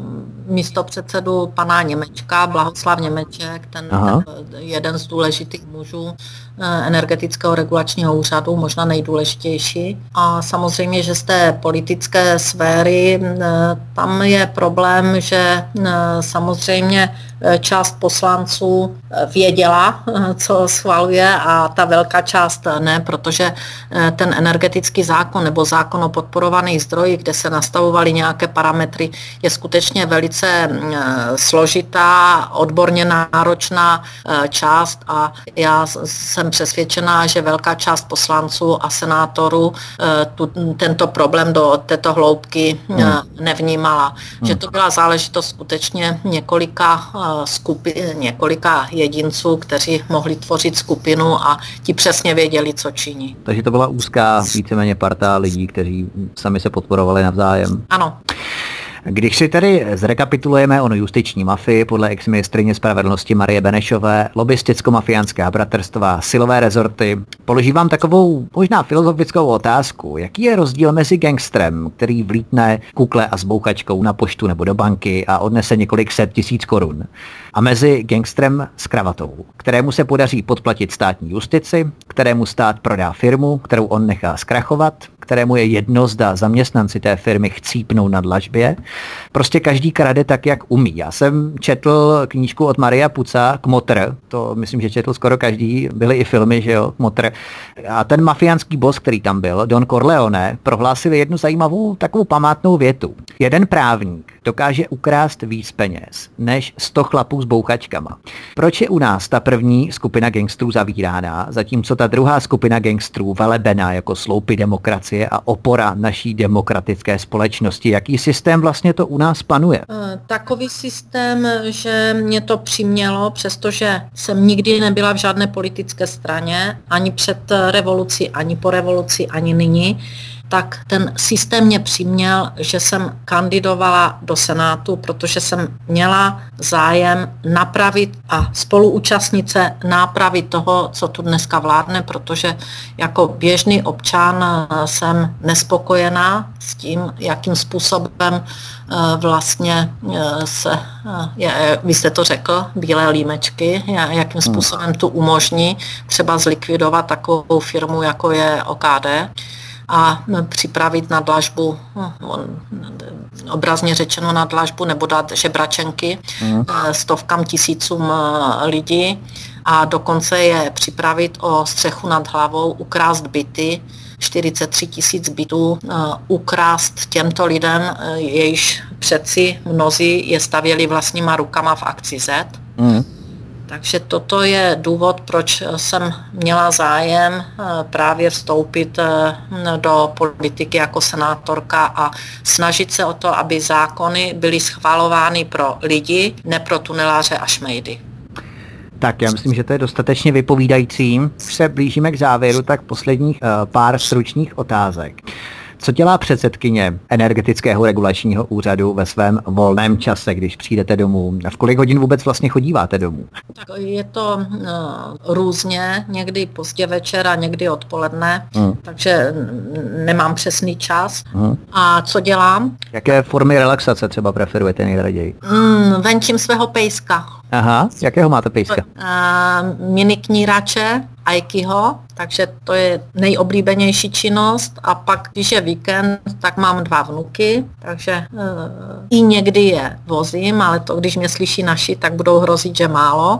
místopředsedu pana Němečka, Blahoslav Němeček, ten, ten jeden z důležitých mužů energetického regulačního úřadu, možná nejdůležitější. A samozřejmě, že z té politické sféry tam je problém, že samozřejmě část poslanců věděla, co schvaluje a ta velká část ne, protože ten energetický zákon nebo zákon o podporovaných zdrojích, kde se nastavovaly nějaké parametry, je skutečně velice složitá, odborně náročná část a já jsem přesvědčená, že velká část poslanců a senátorů tu, tento problém do této hloubky hmm. nevnímala. Hmm. Že to byla záležitost skutečně několika skupin, několika jedinců, kteří mohli tvořit skupinu a ti přesně věděli, co činí. Takže to byla úzká víceméně parta lidí, kteří sami se podporovali navzájem. Ano. Když si tedy zrekapitulujeme onu justiční mafii podle exministryně spravedlnosti Marie Benešové, lobisticko-mafiánská bratrstva, silové rezorty, položím vám takovou možná filozofickou otázku. Jaký je rozdíl mezi gangstrem, který vlítne kukle a s bouchačkou na poštu nebo do banky a odnese několik set tisíc korun, a mezi gangstrem s kravatou, kterému se podaří podplatit státní justici, kterému stát prodá firmu, kterou on nechá zkrachovat, kterému je jedno, zda zaměstnanci té firmy chcípnou na dlažbě. Prostě každý krade tak, jak umí. Já jsem četl knížku od Maria Puca Kmotr, to myslím, že četl skoro každý, byly i filmy, že jo, Kmotr. A ten mafiánský boss, který tam byl, Don Corleone, prohlásil jednu zajímavou takovou památnou větu. Jeden právník dokáže ukrást víc peněz než sto chlapů s bouchačkama. Proč je u nás ta první skupina gangstrů zavírána, zatímco ta druhá skupina gangstrů velebená jako sloupy demokracie a opora naší demokratické společnosti? Jaký systém vlastně to u nás panuje? Takový systém, že mě to přimělo, přestože jsem nikdy nebyla v žádné politické straně, ani před revolucí, ani po revoluci, ani nyní, tak ten systém mě přiměl, že jsem kandidovala do Senátu, protože jsem měla zájem napravit a spoluúčastnit se nápravy toho, co tu dneska vládne, protože jako běžný občan jsem nespokojená s tím, jakým způsobem vlastně se, je, vy jste to řekl, bílé límečky, jakým způsobem tu umožní třeba zlikvidovat takovou firmu, jako je O K D, a připravit na dlažbu, obrazně řečeno na dlažbu, nebo dát žebračenky mm. stovkám tisícům lidí a dokonce je připravit o střechu nad hlavou, ukrást byty, čtyřicet tři tisíc bytů, ukrást těmto lidem, jejichž přeci mnozí je stavěli vlastníma rukama v akci Z. Mm. Takže toto je důvod, proč jsem měla zájem právě vstoupit do politiky jako senátorka a snažit se o to, aby zákony byly schvalovány pro lidi, ne pro tuneláře a šmejdy. Tak já myslím, že to je dostatečně vypovídající. Už se blížíme k závěru, tak posledních uh, pár stručných otázek. Co dělá předsedkyně Energetického regulačního úřadu ve svém volném čase, když přijdete domů? A v kolik hodin vůbec vlastně chodíváte domů? Tak je to uh, různě, někdy pozdě večer a někdy odpoledne, hmm. takže nemám přesný čas. Hmm. A co dělám? Jaké formy relaxace třeba preferujete nejraději? Mm, venčím svého pejska. Aha, jakého máte pejska? Uh, mini knírače, Aikiho, takže to je nejoblíbenější činnost a pak, když je víkend, tak mám dva vnuky, takže uh, i někdy je vozím, ale to, když mě slyší naši, tak budou hrozit, že málo.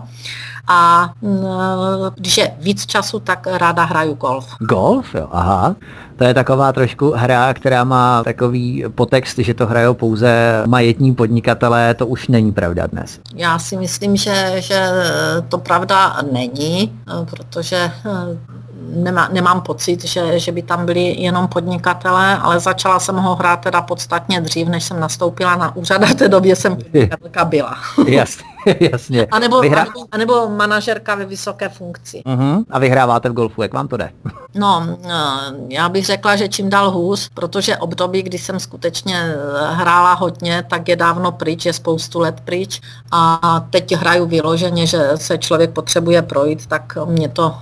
A uh, když je víc času, tak ráda hraju golf. Golf, jo, aha. To je taková trošku hra, která má takový podtext, že to hrajou pouze majetní podnikatelé, to už není pravda dnes. Já si myslím, že, že to pravda není, protože nemá, nemám pocit, že, že by tam byli jenom podnikatelé, ale začala jsem ho hrát teda podstatně dřív, než jsem nastoupila na úřad a v té době jsem podnikatelka byla. Jasně, jasně. A nebo, Vyhra... anebo, anebo manažerka ve vysoké funkci. Uh-huh. A vyhráváte v golfu, jak vám to jde? No, já bych řekla, že čím dál hůř, protože období, kdy jsem skutečně hrála hodně, tak je dávno pryč, je spoustu let pryč a teď hraju vyloženě, že se člověk potřebuje projít, tak mě to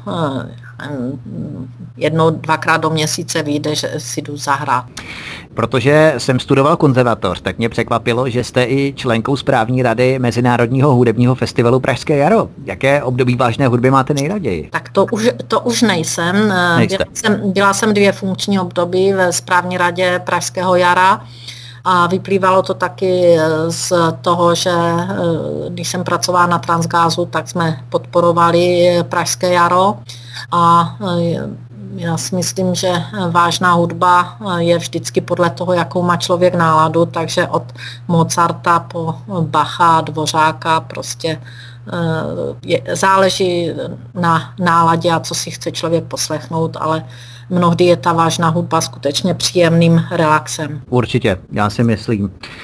jednou, dvakrát do měsíce vyjde, že si jdu zahrát. Protože jsem studoval konzervatoř, tak mě překvapilo, že jste i členkou správní rady Mezinárodního hudebního festivalu Pražské jaro. Jaké období vážné hudby máte nejraději? Tak to už, to už nejsem. Byla jsem, byla jsem dvě funkční období ve správní radě Pražského jara. A vyplývalo to taky z toho, že když jsem pracovala na Transgazu, tak jsme podporovali Pražské jaro a já si myslím, že vážná hudba je vždycky podle toho, jakou má člověk náladu, takže od Mozarta po Bacha, Dvořáka prostě je, záleží na náladě a co si chce člověk poslechnout, ale mnohdy je ta vážná hudba skutečně příjemným relaxem. Určitě, já si myslím.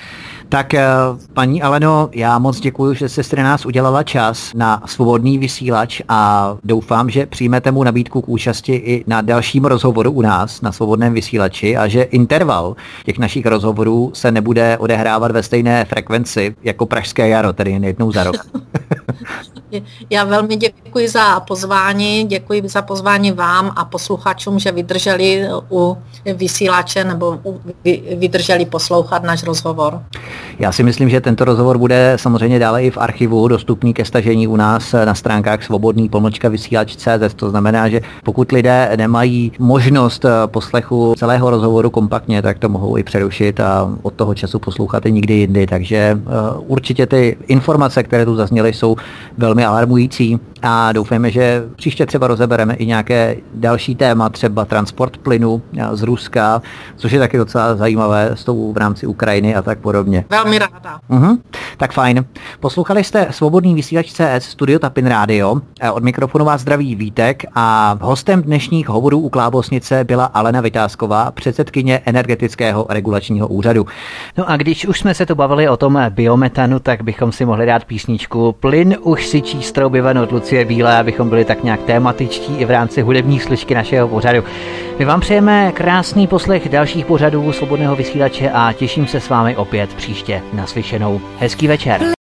Tak paní Aleno, já moc děkuji, že jste si na nás udělala čas na Svobodný vysílač a doufám, že přijmete mu nabídku k účasti i na dalším rozhovoru u nás na Svobodném vysílači a že interval těch našich rozhovorů se nebude odehrávat ve stejné frekvenci jako Pražské jaro, tedy jen jednou za rok. Já velmi děkuji za pozvání, děkuji za pozvání vám a posluchačům, že vydrželi u vysílače nebo vydrželi poslouchat náš rozhovor. Já si myslím, že tento rozhovor bude samozřejmě dále i v archivu dostupný ke stažení u nás na stránkách svobodný pomlčka vysílač tečka cé zet. To znamená, že pokud lidé nemají možnost poslechu celého rozhovoru kompaktně, tak to mohou i přerušit a od toho času poslouchat i nikdy jindy. Takže určitě ty informace, které tu zazněly, jsou velmi alarmující a doufáme, že příště třeba rozebereme i nějaké další téma, třeba transport plynu z Ruska, což je taky docela zajímavé s tou v rámci Ukrajiny a tak podobně. Velmi ráda. Uh-huh. Tak fajn. Poslouchali jste Svobodný vysílač tečka cé es, Studio Tapin Radio. Od mikrofonu vás zdraví Vítek a hostem dnešních hovorů u Klábosnice byla Alena Vitásková, předsedkyně Energetického regulačního úřadu. No a když už jsme se tu bavili o tom biometanu, tak bychom si mohli dát písničku Plyn už syčí strouby ven od Lucie Bílé, abychom byli tak nějak tématičtí i v rámci hudební složky našeho pořadu. My vám přejeme krásný poslech dalších pořadů Svobodného vysílače a těším se s vámi opět příště naslyšenou. Hezký večer.